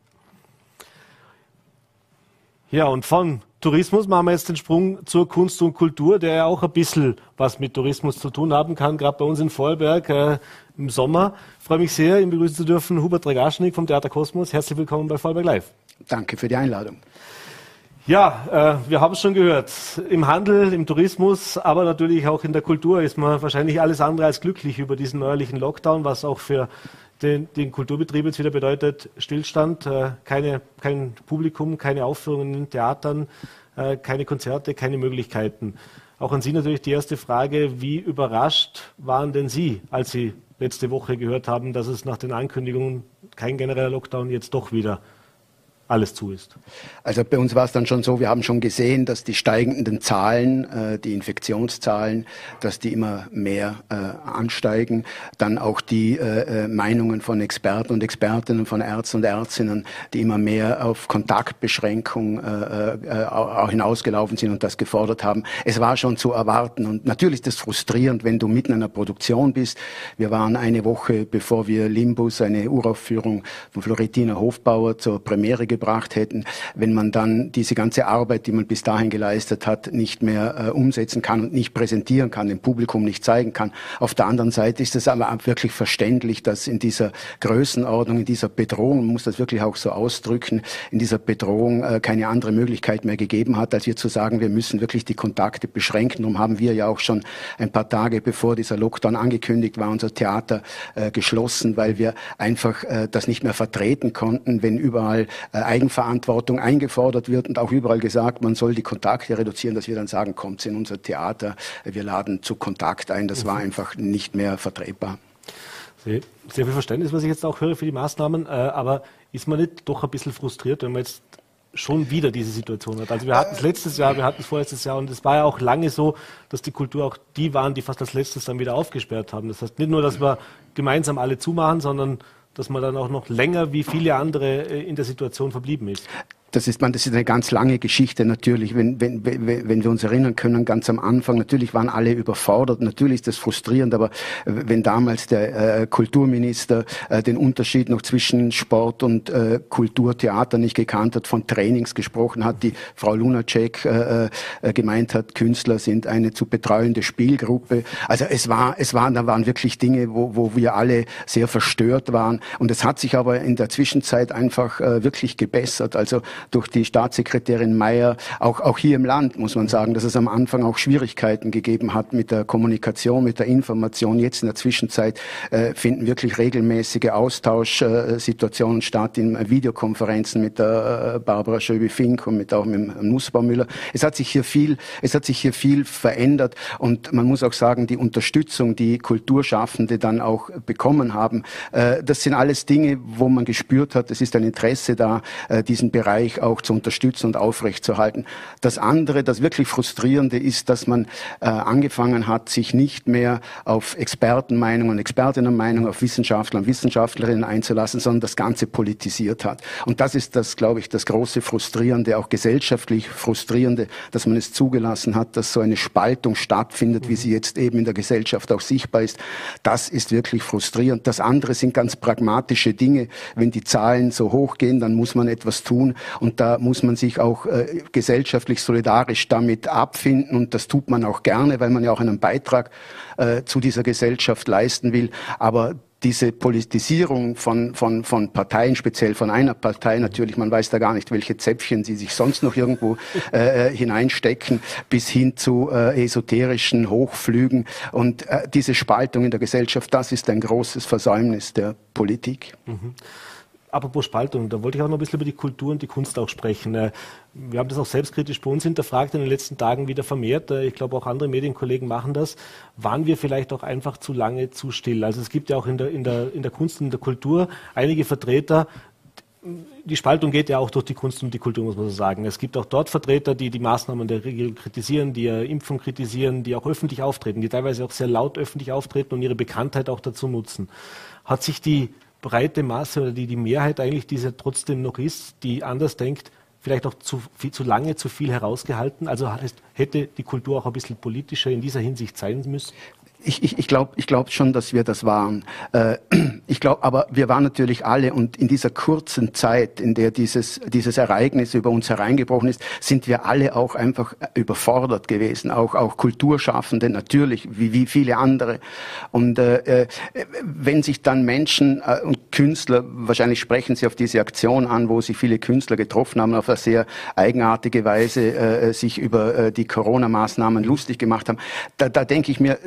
Ja, und von Tourismus machen wir jetzt den Sprung zur Kunst und Kultur, der ja auch ein bisschen was mit Tourismus zu tun haben kann, gerade bei uns in Vorarlberg äh, im Sommer. Ich freue mich sehr, ihn begrüßen zu dürfen, Hubert Dragaschnik vom Theater Kosmos. Herzlich willkommen bei Vorarlberg Live. Danke für die Einladung. Ja, äh, wir haben es schon gehört. Im Handel, im Tourismus, aber natürlich auch in der Kultur ist man wahrscheinlich alles andere als glücklich über diesen neuerlichen Lockdown, was auch für den, den Kulturbetrieb jetzt wieder bedeutet Stillstand, äh, keine, kein Publikum, keine Aufführungen in Theatern, äh, keine Konzerte, keine Möglichkeiten. Auch an Sie natürlich die erste Frage, wie überrascht waren denn Sie, als Sie letzte Woche gehört haben, dass es nach den Ankündigungen kein genereller Lockdown jetzt doch wieder alles zu ist? Also bei uns war es dann schon so, wir haben schon gesehen, dass die steigenden Zahlen, äh, die Infektionszahlen, dass die immer mehr äh, ansteigen. Dann auch die äh, Meinungen von Experten und Expertinnen, von Ärzten und Ärztinnen, die immer mehr auf Kontaktbeschränkung äh, äh, auch hinausgelaufen sind und das gefordert haben. Es war schon zu erwarten und natürlich ist es frustrierend, wenn du mitten in einer Produktion bist. Wir waren eine Woche, bevor wir Limbus, eine Uraufführung von Florentina Hofbauer, zur Premiere gebracht hätten, wenn man dann diese ganze Arbeit, die man bis dahin geleistet hat, nicht mehr äh, umsetzen kann und nicht präsentieren kann, dem Publikum nicht zeigen kann. Auf der anderen Seite ist es aber wirklich verständlich, dass in dieser Größenordnung, in dieser Bedrohung, man muss das wirklich auch so ausdrücken, in dieser Bedrohung äh, keine andere Möglichkeit mehr gegeben hat, als wir zu sagen, wir müssen wirklich die Kontakte beschränken. Darum haben wir ja auch schon ein paar Tage, bevor dieser Lockdown angekündigt war, unser Theater äh, geschlossen, weil wir einfach äh, das nicht mehr vertreten konnten, wenn überall äh, Eigenverantwortung eingefordert wird und auch überall gesagt, man soll die Kontakte reduzieren, dass wir dann sagen, kommt in unser Theater, wir laden zu Kontakt ein. Das war einfach nicht mehr vertretbar. Sehr, sehr viel Verständnis, was ich jetzt auch höre für die Maßnahmen, äh, aber ist man nicht doch ein bisschen frustriert, wenn man jetzt schon wieder diese Situation hat? Also wir hatten es letztes Jahr, wir hatten es vorletztes Jahr und es war ja auch lange so, dass die Kultur auch die waren, die fast als letztes dann wieder aufgesperrt haben. Das heißt nicht nur, dass wir gemeinsam alle zumachen, sondern dass man dann auch noch länger wie viele andere in der Situation verblieben ist. Das ist, man, das ist eine ganz lange Geschichte natürlich, wenn, wenn, wenn, wenn wir uns erinnern können, ganz am Anfang, natürlich waren alle überfordert, natürlich ist das frustrierend, aber wenn damals der äh, Kulturminister äh, den Unterschied noch zwischen Sport und äh, Kulturtheater nicht gekannt hat, von Trainings gesprochen hat, die Frau Lunacek äh, äh, gemeint hat, Künstler sind eine zu betreuende Spielgruppe. Also es war, es waren, da waren wirklich Dinge, wo, wo wir alle sehr verstört waren und es hat sich aber in der Zwischenzeit einfach äh, wirklich gebessert, also durch die Staatssekretärin Mayer, auch, auch hier im Land muss man sagen, dass es am Anfang auch Schwierigkeiten gegeben hat mit der Kommunikation, mit der Information. Jetzt in der Zwischenzeit äh, finden wirklich regelmäßige Austauschsituationen äh, statt in Videokonferenzen mit der äh, Barbara Schöbi-Fink und mit auch mit dem Nussbaumüller. Es hat sich hier viel, es hat sich hier viel verändert und man muss auch sagen, die Unterstützung, die Kulturschaffende dann auch bekommen haben, äh, das sind alles Dinge, wo man gespürt hat, es ist ein Interesse da, äh, diesen Bereich auch zu unterstützen und aufrechtzuerhalten. Das andere, das wirklich Frustrierende ist, dass man äh, angefangen hat, sich nicht mehr auf Expertenmeinungen, Expertinnenmeinungen, auf Wissenschaftler und Wissenschaftlerinnen einzulassen, sondern das Ganze politisiert hat. Und das ist das, glaube ich, das große Frustrierende, auch gesellschaftlich Frustrierende, dass man es zugelassen hat, dass so eine Spaltung stattfindet, wie sie jetzt eben in der Gesellschaft auch sichtbar ist. Das ist wirklich frustrierend. Das andere sind ganz pragmatische Dinge. Wenn die Zahlen so hoch gehen, dann muss man etwas tun. Und da muss man sich auch äh, gesellschaftlich solidarisch damit abfinden. Und das tut man auch gerne, weil man ja auch einen Beitrag äh, zu dieser Gesellschaft leisten will. Aber diese Politisierung von, von, von Parteien, speziell von einer Partei natürlich, man weiß da gar nicht, welche Zäpfchen sie sich sonst noch irgendwo äh, hineinstecken, bis hin zu äh, esoterischen Hochflügen. Und äh, diese Spaltung in der Gesellschaft, das ist ein großes Versäumnis der Politik. Mhm. Apropos Spaltung, da wollte ich auch noch ein bisschen über die Kultur und die Kunst auch sprechen. Wir haben das auch selbstkritisch bei uns hinterfragt in den letzten Tagen wieder vermehrt. Ich glaube, auch andere Medienkollegen machen das. Waren wir vielleicht auch einfach zu lange zu still? Also es gibt ja auch in der, in der, in der Kunst und in der Kultur einige Vertreter. Die Spaltung geht ja auch durch die Kunst und die Kultur, muss man so sagen. Es gibt auch dort Vertreter, die die Maßnahmen der Regierung kritisieren, die Impfung kritisieren, die auch öffentlich auftreten, die teilweise auch sehr laut öffentlich auftreten und ihre Bekanntheit auch dazu nutzen. Hat sich die breite Masse oder die, die Mehrheit eigentlich, die es ja trotzdem noch ist, die anders denkt, vielleicht auch zu, viel, zu lange zu viel herausgehalten? Also heißt, hätte die Kultur auch ein bisschen politischer in dieser Hinsicht sein müssen? Ich, ich, ich glaube ich glaub schon, dass wir das waren. Äh, ich glaube, aber wir waren natürlich alle und in dieser kurzen Zeit, in der dieses, dieses Ereignis über uns hereingebrochen ist, sind wir alle auch einfach überfordert gewesen. Auch, auch Kulturschaffende natürlich, wie, wie viele andere. Und äh, wenn sich dann Menschen äh, und Künstler, wahrscheinlich sprechen Sie auf diese Aktion an, wo sich viele Künstler getroffen haben, auf eine sehr eigenartige Weise äh, sich über äh, die Corona-Maßnahmen lustig gemacht haben, da, da denke ich mir, das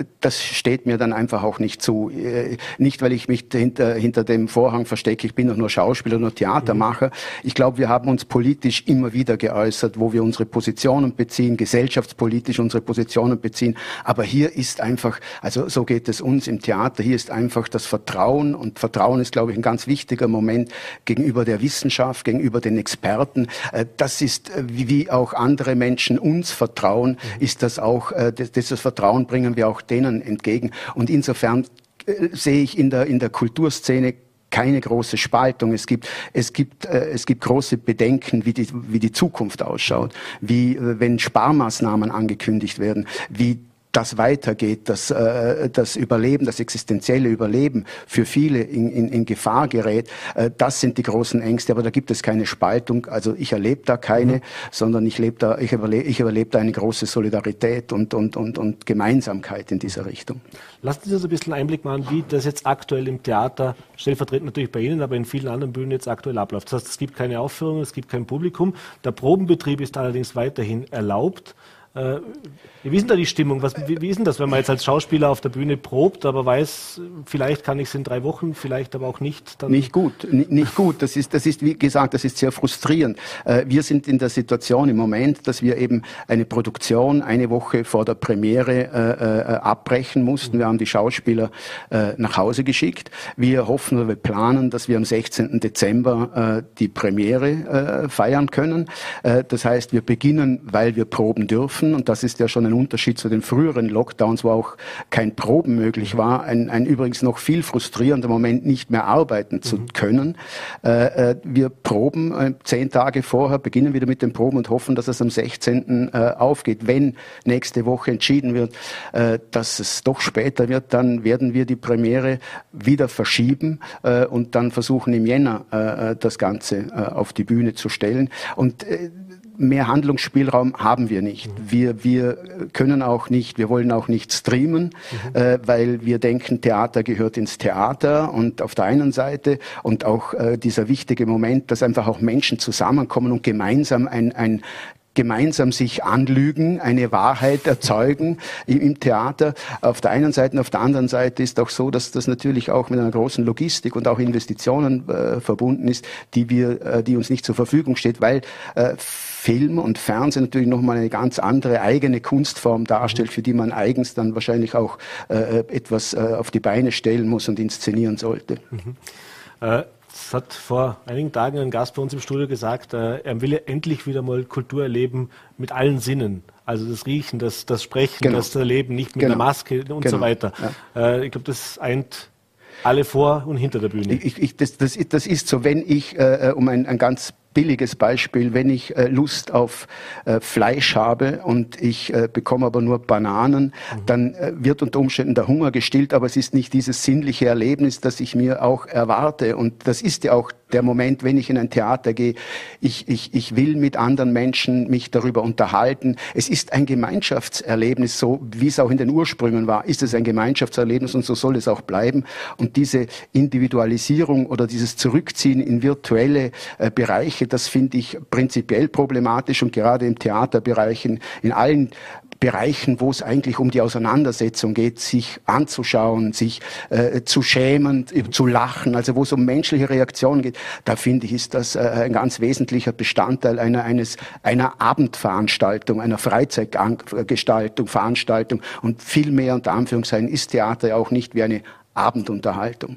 steht mir dann einfach auch nicht zu. Äh, nicht, weil ich mich hinter, hinter dem Vorhang verstecke, ich bin doch nur Schauspieler, nur Theatermacher. Mhm. Ich glaube, wir haben uns politisch immer wieder geäußert, wo wir unsere Positionen beziehen, gesellschaftspolitisch unsere Positionen beziehen. Aber hier ist einfach, also so geht es uns im Theater, hier ist einfach das Vertrauen, und Vertrauen ist, glaube ich, ein ganz wichtiger Moment gegenüber der Wissenschaft, gegenüber den Experten. Das ist, wie auch andere Menschen uns vertrauen, mhm. ist das auch, dieses Vertrauen bringen wir auch denen entgegen. Und insofern sehe ich in der, in der Kulturszene keine große Spaltung. Es gibt, es gibt, äh, es gibt große Bedenken, wie die, wie die Zukunft ausschaut, wie, äh, wenn Sparmaßnahmen angekündigt werden, wie das weitergeht, dass äh, das Überleben, das existenzielle Überleben für viele in, in, in Gefahr gerät. Äh, das sind die großen Ängste, aber da gibt es keine Spaltung. Also ich erlebe da keine, mhm. sondern ich lebe da, ich überlebe, ich überlebe da eine große Solidarität und, und, und, und Gemeinsamkeit in dieser Richtung. Lassen Sie uns ein bisschen Einblick machen, wie das jetzt aktuell im Theater, stellvertretend natürlich bei Ihnen, aber in vielen anderen Bühnen jetzt aktuell abläuft. Das heißt, es gibt keine Aufführung, es gibt kein Publikum. Der Probenbetrieb ist allerdings weiterhin erlaubt. Äh, wie ist denn da die Stimmung? Was, wie, wie ist denn das, wenn man jetzt als Schauspieler auf der Bühne probt, aber weiß, vielleicht kann ich es in drei Wochen, vielleicht aber auch nicht? Dann nicht gut, N- nicht gut. Das ist, das ist, wie gesagt, das ist sehr frustrierend. Äh, wir sind in der Situation im Moment, dass wir eben eine Produktion eine Woche vor der Premiere äh, äh, abbrechen mussten. Wir haben die Schauspieler äh, nach Hause geschickt. Wir hoffen oder wir planen, dass wir am sechzehnten Dezember äh, die Premiere äh, feiern können. Äh, das heißt, wir beginnen, weil wir proben dürfen. Und das ist ja schon ein Unterschied zu den früheren Lockdowns, wo auch kein Proben möglich war. Ein, ein übrigens noch viel frustrierender Moment, nicht mehr arbeiten zu mhm. können. Äh, wir proben äh, zehn Tage vorher, beginnen wieder mit den Proben und hoffen, dass es am sechzehnten Äh, aufgeht. Wenn nächste Woche entschieden wird, äh, dass es doch später wird, dann werden wir die Premiere wieder verschieben äh, und dann versuchen im Jänner äh, das Ganze äh, auf die Bühne zu stellen. Und äh, mehr Handlungsspielraum haben wir nicht. Wir, wir können auch nicht, wir wollen auch nicht streamen, mhm. äh, weil wir denken, Theater gehört ins Theater und auf der einen Seite und auch äh, dieser wichtige Moment, dass einfach auch Menschen zusammenkommen und gemeinsam ein, ein gemeinsam sich anlügen, eine Wahrheit erzeugen im, im Theater. Auf der einen Seite, auf der anderen Seite ist auch so, dass das natürlich auch mit einer großen Logistik und auch Investitionen äh, verbunden ist, die wir, äh, die uns nicht zur Verfügung steht, weil äh, Film und Fernsehen natürlich nochmal eine ganz andere eigene Kunstform darstellt, für die man eigens dann wahrscheinlich auch äh, etwas äh, auf die Beine stellen muss und inszenieren sollte. Mhm. Äh Es hat vor einigen Tagen ein Gast bei uns im Studio gesagt, äh, er will endlich wieder mal Kultur erleben mit allen Sinnen. Also das Riechen, das, das Sprechen, genau. das Erleben, nicht mit genau. einer Maske und genau. so weiter. Ja. Äh, ich glaube, das eint alle vor und hinter der Bühne. Ich, ich, das, das, das ist so, wenn ich, äh, um ein, ein ganz billiges Beispiel, wenn ich äh, Lust auf äh, Fleisch habe und ich äh, bekomme aber nur Bananen, mhm. dann äh, wird unter Umständen der Hunger gestillt, aber es ist nicht dieses sinnliche Erlebnis, das ich mir auch erwarte. Und das ist ja auch der Moment, wenn ich in ein Theater gehe. Ich, ich, ich will mit anderen Menschen mich darüber unterhalten. Es ist ein Gemeinschaftserlebnis, so wie es auch in den Ursprüngen war, ist es ein Gemeinschaftserlebnis und so soll es auch bleiben. Und diese Individualisierung oder dieses Zurückziehen in virtuelle äh, Bereiche, das finde ich prinzipiell problematisch und gerade im Theaterbereich, in, in allen Bereichen, wo es eigentlich um die Auseinandersetzung geht, sich anzuschauen, sich äh, zu schämen, äh, zu lachen, also wo es um menschliche Reaktionen geht, da finde ich, ist das äh, ein ganz wesentlicher Bestandteil einer, eines, einer Abendveranstaltung, einer Freizeitgestaltung, Veranstaltung und viel mehr unter Anführungszeichen ist Theater ja auch nicht wie eine Abendunterhaltung.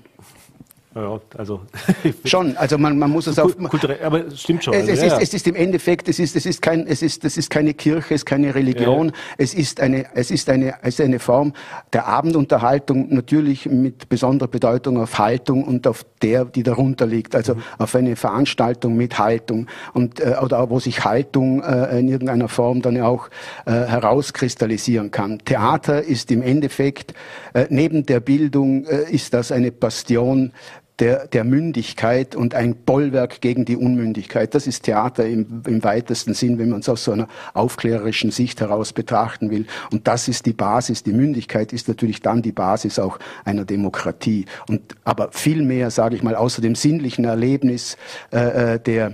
Ja, also schon, also man, man muss es auf kulturell, aber es stimmt schon. Es, also, es, ja, ist, ja. es ist im Endeffekt, es ist, es ist kein, es ist, das ist keine Kirche, es ist keine Religion, ja, ja. es ist eine, es ist eine, es ist eine Form der Abendunterhaltung, natürlich mit besonderer Bedeutung auf Haltung und auf der, die darunter liegt, also mhm. auf eine Veranstaltung mit Haltung und äh, oder wo sich Haltung äh, in irgendeiner Form dann auch äh, herauskristallisieren kann. Theater ist im Endeffekt äh, neben der Bildung äh, ist das eine Bastion Der, der Mündigkeit und ein Bollwerk gegen die Unmündigkeit. Das ist Theater im, im weitesten Sinn, wenn man es aus so einer aufklärerischen Sicht heraus betrachten will. Und das ist die Basis. Die Mündigkeit ist natürlich dann die Basis auch einer Demokratie. Und aber viel mehr, sage ich mal, außer dem sinnlichen Erlebnis äh, der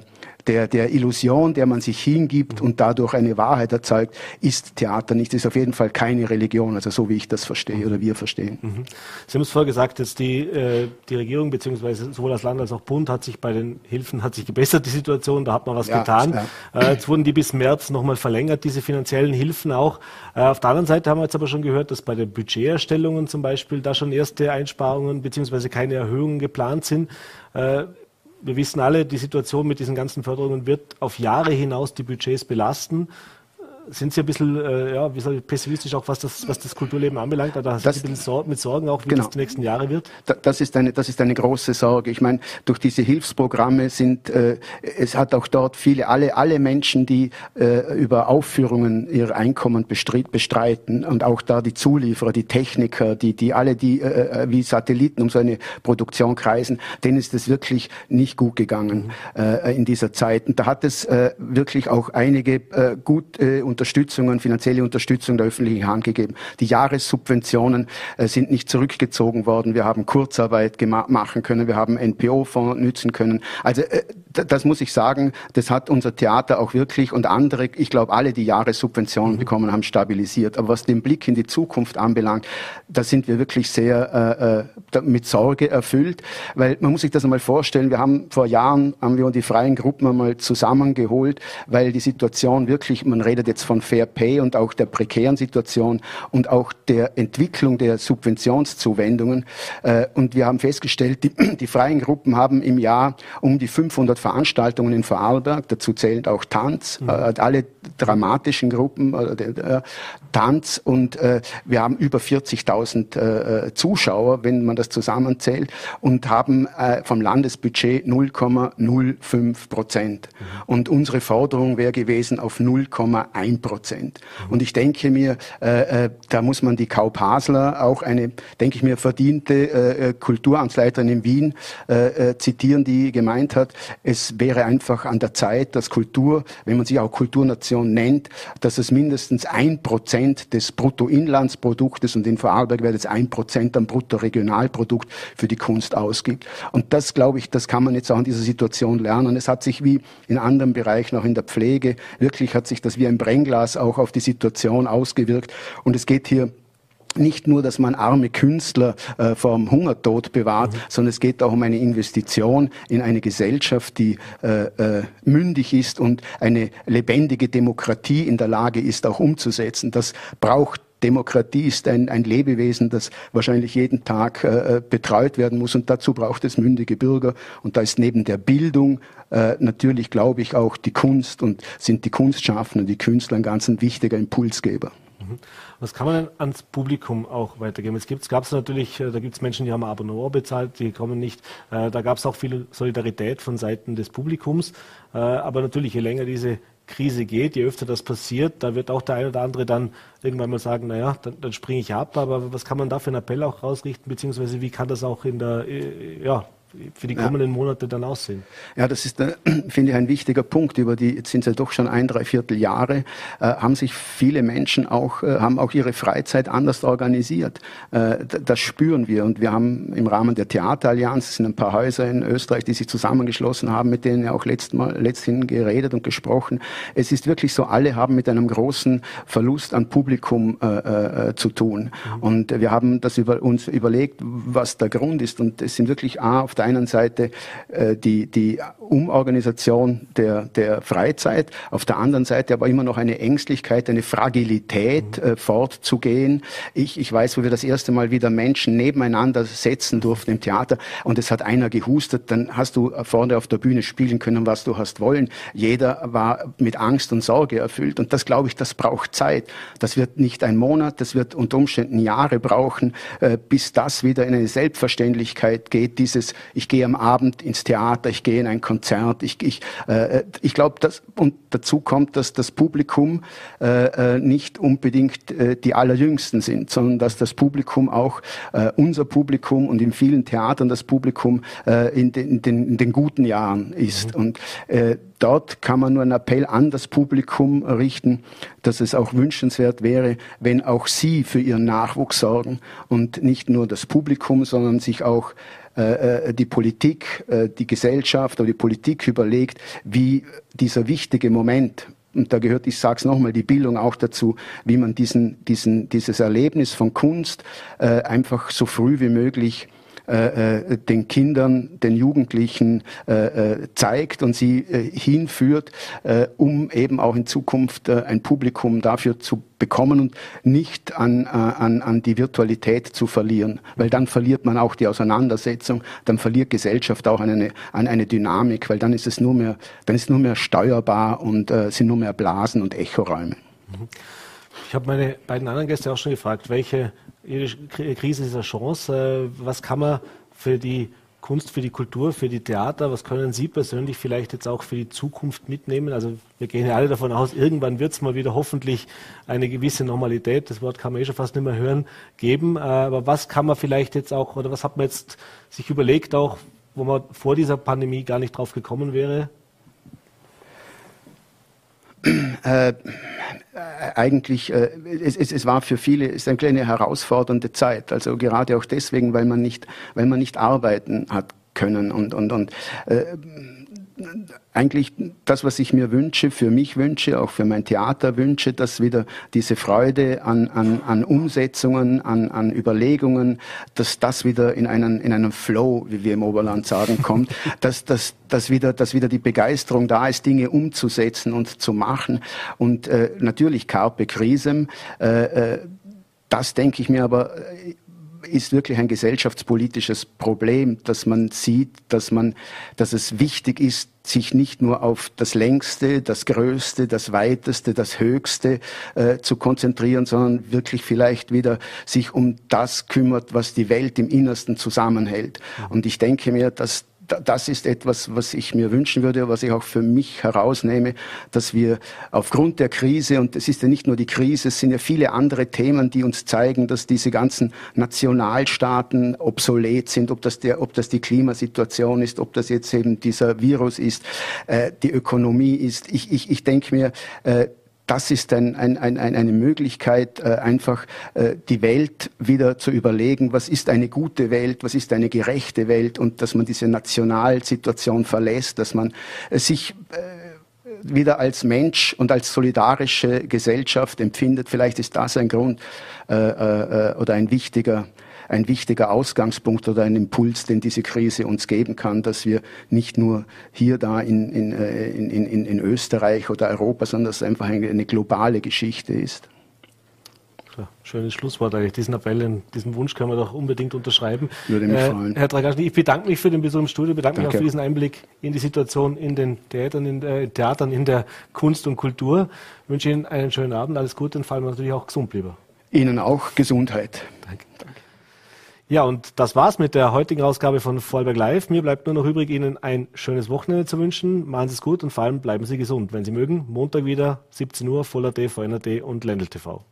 der, der Illusion, der man sich hingibt und dadurch eine Wahrheit erzeugt, ist Theater nicht. Das ist auf jeden Fall keine Religion, also so wie ich das verstehe oder wir verstehen. Mhm. Sie haben es vorher gesagt, dass die, äh, die Regierung beziehungsweise sowohl das Land als auch Bund hat sich bei den Hilfen hat sich gebessert, die Situation, da hat man was ja, getan. Ja. Äh, jetzt wurden die bis März nochmal verlängert, diese finanziellen Hilfen auch. Äh, auf der anderen Seite haben wir jetzt aber schon gehört, dass bei den Budgeterstellungen zum Beispiel da schon erste Einsparungen beziehungsweise keine Erhöhungen geplant sind. Äh, wir wissen alle, die Situation mit diesen ganzen Förderungen wird auf Jahre hinaus die Budgets belasten. Sind Sie ein bisschen äh, ja, wie soll ich, pessimistisch auch, was das, was das Kulturleben anbelangt? Da sind Sie ein bisschen Sor- mit Sorgen auch, wie genau. das die nächsten Jahre wird? Das ist eine, das ist eine große Sorge. Ich meine, durch diese Hilfsprogramme sind, äh, es hat auch dort viele, alle, alle Menschen, die äh, über Aufführungen ihr Einkommen bestreiten und auch da die Zulieferer, die Techniker, die, die alle, die äh, wie Satelliten um so eine Produktion kreisen, denen ist es wirklich nicht gut gegangen mhm. äh, in dieser Zeit. Und da hat es äh, wirklich auch einige äh, gut äh, Unterstützungen, finanzielle Unterstützung der öffentlichen Hand gegeben. Die Jahressubventionen äh, sind nicht zurückgezogen worden. Wir haben Kurzarbeit gema- machen können. Wir haben N P O-Fonds nützen können. Also äh, d- das muss ich sagen, das hat unser Theater auch wirklich und andere, ich glaube alle, die Jahressubventionen mhm. bekommen haben, stabilisiert. Aber was den Blick in die Zukunft anbelangt, da sind wir wirklich sehr äh, mit Sorge erfüllt, weil man muss sich das einmal vorstellen, wir haben vor Jahren, haben wir die freien Gruppen einmal zusammengeholt, weil die Situation wirklich, man redet jetzt von Fair Pay und auch der prekären Situation und auch der Entwicklung der Subventionszuwendungen. Äh, und wir haben festgestellt, die, die freien Gruppen haben im Jahr um die fünfhundert Veranstaltungen in Vorarlberg, dazu zählt auch Tanz, mhm. äh, alle dramatischen Gruppen, äh, äh, Tanz und äh, wir haben über vierzigtausend äh, Zuschauer, wenn man das zusammenzählt und haben äh, vom Landesbudget null Komma null fünf Prozent. Mhm. Und unsere Forderung wäre gewesen auf null Komma eins Prozent. Mhm. Und ich denke mir, äh, äh, da muss man die Kaup Hasler, auch eine, denke ich mir, verdiente äh, Kulturamtsleiterin in Wien äh, äh, zitieren, die gemeint hat, es wäre einfach an der Zeit, dass Kultur, wenn man sich auch Kulturnation nennt, dass es mindestens ein Prozent des Bruttoinlandsproduktes und in Vorarlberg wäre das ein Prozent am Bruttoregionalprodukt für die Kunst ausgibt. Und das, glaube ich, das kann man jetzt auch in dieser Situation lernen. Es hat sich wie in anderen Bereichen, auch in der Pflege, wirklich hat sich das wie ein Brennglas auch auf die Situation ausgewirkt. Und es geht hier nicht nur, dass man arme Künstler äh, vor dem Hungertod bewahrt, mhm. sondern es geht auch um eine Investition in eine Gesellschaft, die äh, äh, mündig ist und eine lebendige Demokratie in der Lage ist, auch umzusetzen. Das braucht Demokratie ist ein, ein Lebewesen, das wahrscheinlich jeden Tag äh, betreut werden muss und dazu braucht es mündige Bürger und da ist neben der Bildung äh, natürlich, glaube ich, auch die Kunst und sind die Kunstschaffenden, die Künstler ein ganz ein wichtiger Impulsgeber. Was kann man denn ans Publikum auch weitergeben? Es gibt, gab's natürlich, da gibt es Menschen, die haben ein Abonnement bezahlt, die kommen nicht. Da gab es auch viel Solidarität von Seiten des Publikums. Aber natürlich, je länger diese Krise geht, je öfter das passiert, da wird auch der eine oder andere dann irgendwann mal sagen, naja, dann, dann springe ich ab. Aber was kann man da für einen Appell auch rausrichten, beziehungsweise wie kann das auch in der, ja, für die kommenden ja. Monate dann aussehen? Ja, das ist, äh, finde ich, ein wichtiger Punkt. Über die, jetzt sind es ja doch schon ein, dreiviertel Jahre, äh, haben sich viele Menschen auch, äh, haben auch ihre Freizeit anders organisiert. Äh, das spüren wir. Und wir haben im Rahmen der Theaterallianz, es sind ein paar Häuser in Österreich, die sich zusammengeschlossen haben, mit denen ja auch letzt mal, letzthin geredet und gesprochen. Es ist wirklich so, alle haben mit einem großen Verlust an Publikum äh, äh, zu tun. Mhm. Und wir haben das über, uns überlegt, was der Grund ist. Und es sind wirklich A, auf der einen Seite äh, die, die Umorganisation der, der Freizeit, auf der anderen Seite aber immer noch eine Ängstlichkeit, eine Fragilität äh, fortzugehen. Ich, ich weiß, wo wir das erste Mal wieder Menschen nebeneinander setzen durften im Theater und es hat einer gehustet, dann hast du vorne auf der Bühne spielen können, was du hast wollen. Jeder war mit Angst und Sorge erfüllt und das, glaube ich, das braucht Zeit. Das wird nicht ein Monat, das wird unter Umständen Jahre brauchen, äh, bis das wieder in eine Selbstverständlichkeit geht, dieses ich gehe am Abend ins Theater, ich gehe in ein Konzert. Ich, ich, äh, ich glaube, dass und dazu kommt, dass das Publikum äh, nicht unbedingt äh, die Allerjüngsten sind, sondern dass das Publikum auch äh, unser Publikum und in vielen Theatern das Publikum äh, in, den, in, den, in den guten Jahren ist. Mhm. Und äh, dort kann man nur einen Appell an das Publikum richten, dass es auch wünschenswert wäre, wenn auch sie für ihren Nachwuchs sorgen und nicht nur das Publikum, sondern sich auch äh, die Politik, äh, die Gesellschaft oder die Politik überlegt, wie dieser wichtige Moment, und da gehört, ich sage es nochmal, die Bildung auch dazu, wie man diesen, diesen, dieses Erlebnis von Kunst äh, einfach so früh wie möglich äh, den Kindern, den Jugendlichen äh, zeigt und sie äh, hinführt, äh, um eben auch in Zukunft äh, ein Publikum dafür zu bekommen und nicht an, äh, an, an die Virtualität zu verlieren, weil dann verliert man auch die Auseinandersetzung, dann verliert Gesellschaft auch an eine, an eine Dynamik, weil dann ist es nur mehr, dann ist nur mehr steuerbar und äh, sind nur mehr Blasen und Echoräume. Ich habe meine beiden anderen Gäste auch schon gefragt, welche Krise ist eine Chance? Was kann man für die Kunst, für die Kultur, für die Theater, was können Sie persönlich vielleicht jetzt auch für die Zukunft mitnehmen? Also wir gehen ja alle davon aus, irgendwann wird es mal wieder hoffentlich eine gewisse Normalität, das Wort kann man eh schon fast nicht mehr hören, geben. Aber was kann man vielleicht jetzt auch, oder was hat man jetzt sich überlegt auch, wo man vor dieser Pandemie gar nicht drauf gekommen wäre? Äh, eigentlich, äh, es, es, es war für viele es ist eine kleine herausfordernde Zeit. Also gerade auch deswegen, weil man nicht, weil man nicht arbeiten hat können und und und äh, eigentlich das, was ich mir wünsche, für mich wünsche, auch für mein Theater wünsche, dass wieder diese Freude an, an, an Umsetzungen, an, an Überlegungen, dass das wieder in einen, in einen Flow, wie wir im Oberland sagen, kommt, dass, dass, dass, wieder, dass wieder die Begeisterung da ist, Dinge umzusetzen und zu machen. Und äh, natürlich Carpe Crisem, äh, äh, das denke ich mir aber, äh, ist wirklich ein gesellschaftspolitisches Problem, dass man sieht, dass man, dass es wichtig ist, sich nicht nur auf das Längste, das Größte, das Weiteste, das Höchste äh, zu konzentrieren, sondern wirklich vielleicht wieder sich um das kümmert, was die Welt im Innersten zusammenhält. Und ich denke mir, dass das ist etwas, was ich mir wünschen würde, was ich auch für mich herausnehme, dass wir aufgrund der Krise, und es ist ja nicht nur die Krise, es sind ja viele andere Themen, die uns zeigen, dass diese ganzen Nationalstaaten obsolet sind, ob das, der, ob das die Klimasituation ist, ob das jetzt eben dieser Virus ist, äh, die Ökonomie ist. Ich, ich, ich denke mir, äh, das ist ein, ein, ein, eine Möglichkeit, äh, einfach äh, die Welt wieder zu überlegen, was ist eine gute Welt, was ist eine gerechte Welt, und dass man diese Nationalsituation verlässt, dass man äh, sich äh, wieder als Mensch und als solidarische Gesellschaft empfindet. Vielleicht ist das ein Grund äh, äh, oder ein wichtiger ein wichtiger Ausgangspunkt oder ein Impuls, den diese Krise uns geben kann, dass wir nicht nur hier da in, in, in, in, in Österreich oder Europa, sondern dass es einfach eine, eine globale Geschichte ist. Ja, schönes Schlusswort eigentlich. Diesen Appell, diesen Wunsch können wir doch unbedingt unterschreiben. Würde mich äh, freuen. Herr Dragaschny, ich bedanke mich für den Besuch im Studio, bedanke Danke. mich auch für diesen Einblick in die Situation in den Theatern, in, äh, Theatern, in der Kunst und Kultur. Ich wünsche Ihnen einen schönen Abend, alles Gute und vor allem natürlich auch gesund bleiben. Ihnen auch Gesundheit. Danke. Danke. Ja, und das war's mit der heutigen Ausgabe von Vorarlberg Live. Mir bleibt nur noch übrig, Ihnen ein schönes Wochenende zu wünschen. Machen Sie es gut und vor allem bleiben Sie gesund. Wenn Sie mögen, Montag wieder, siebzehn Uhr, Voll.at, V N A T und Ländl T V.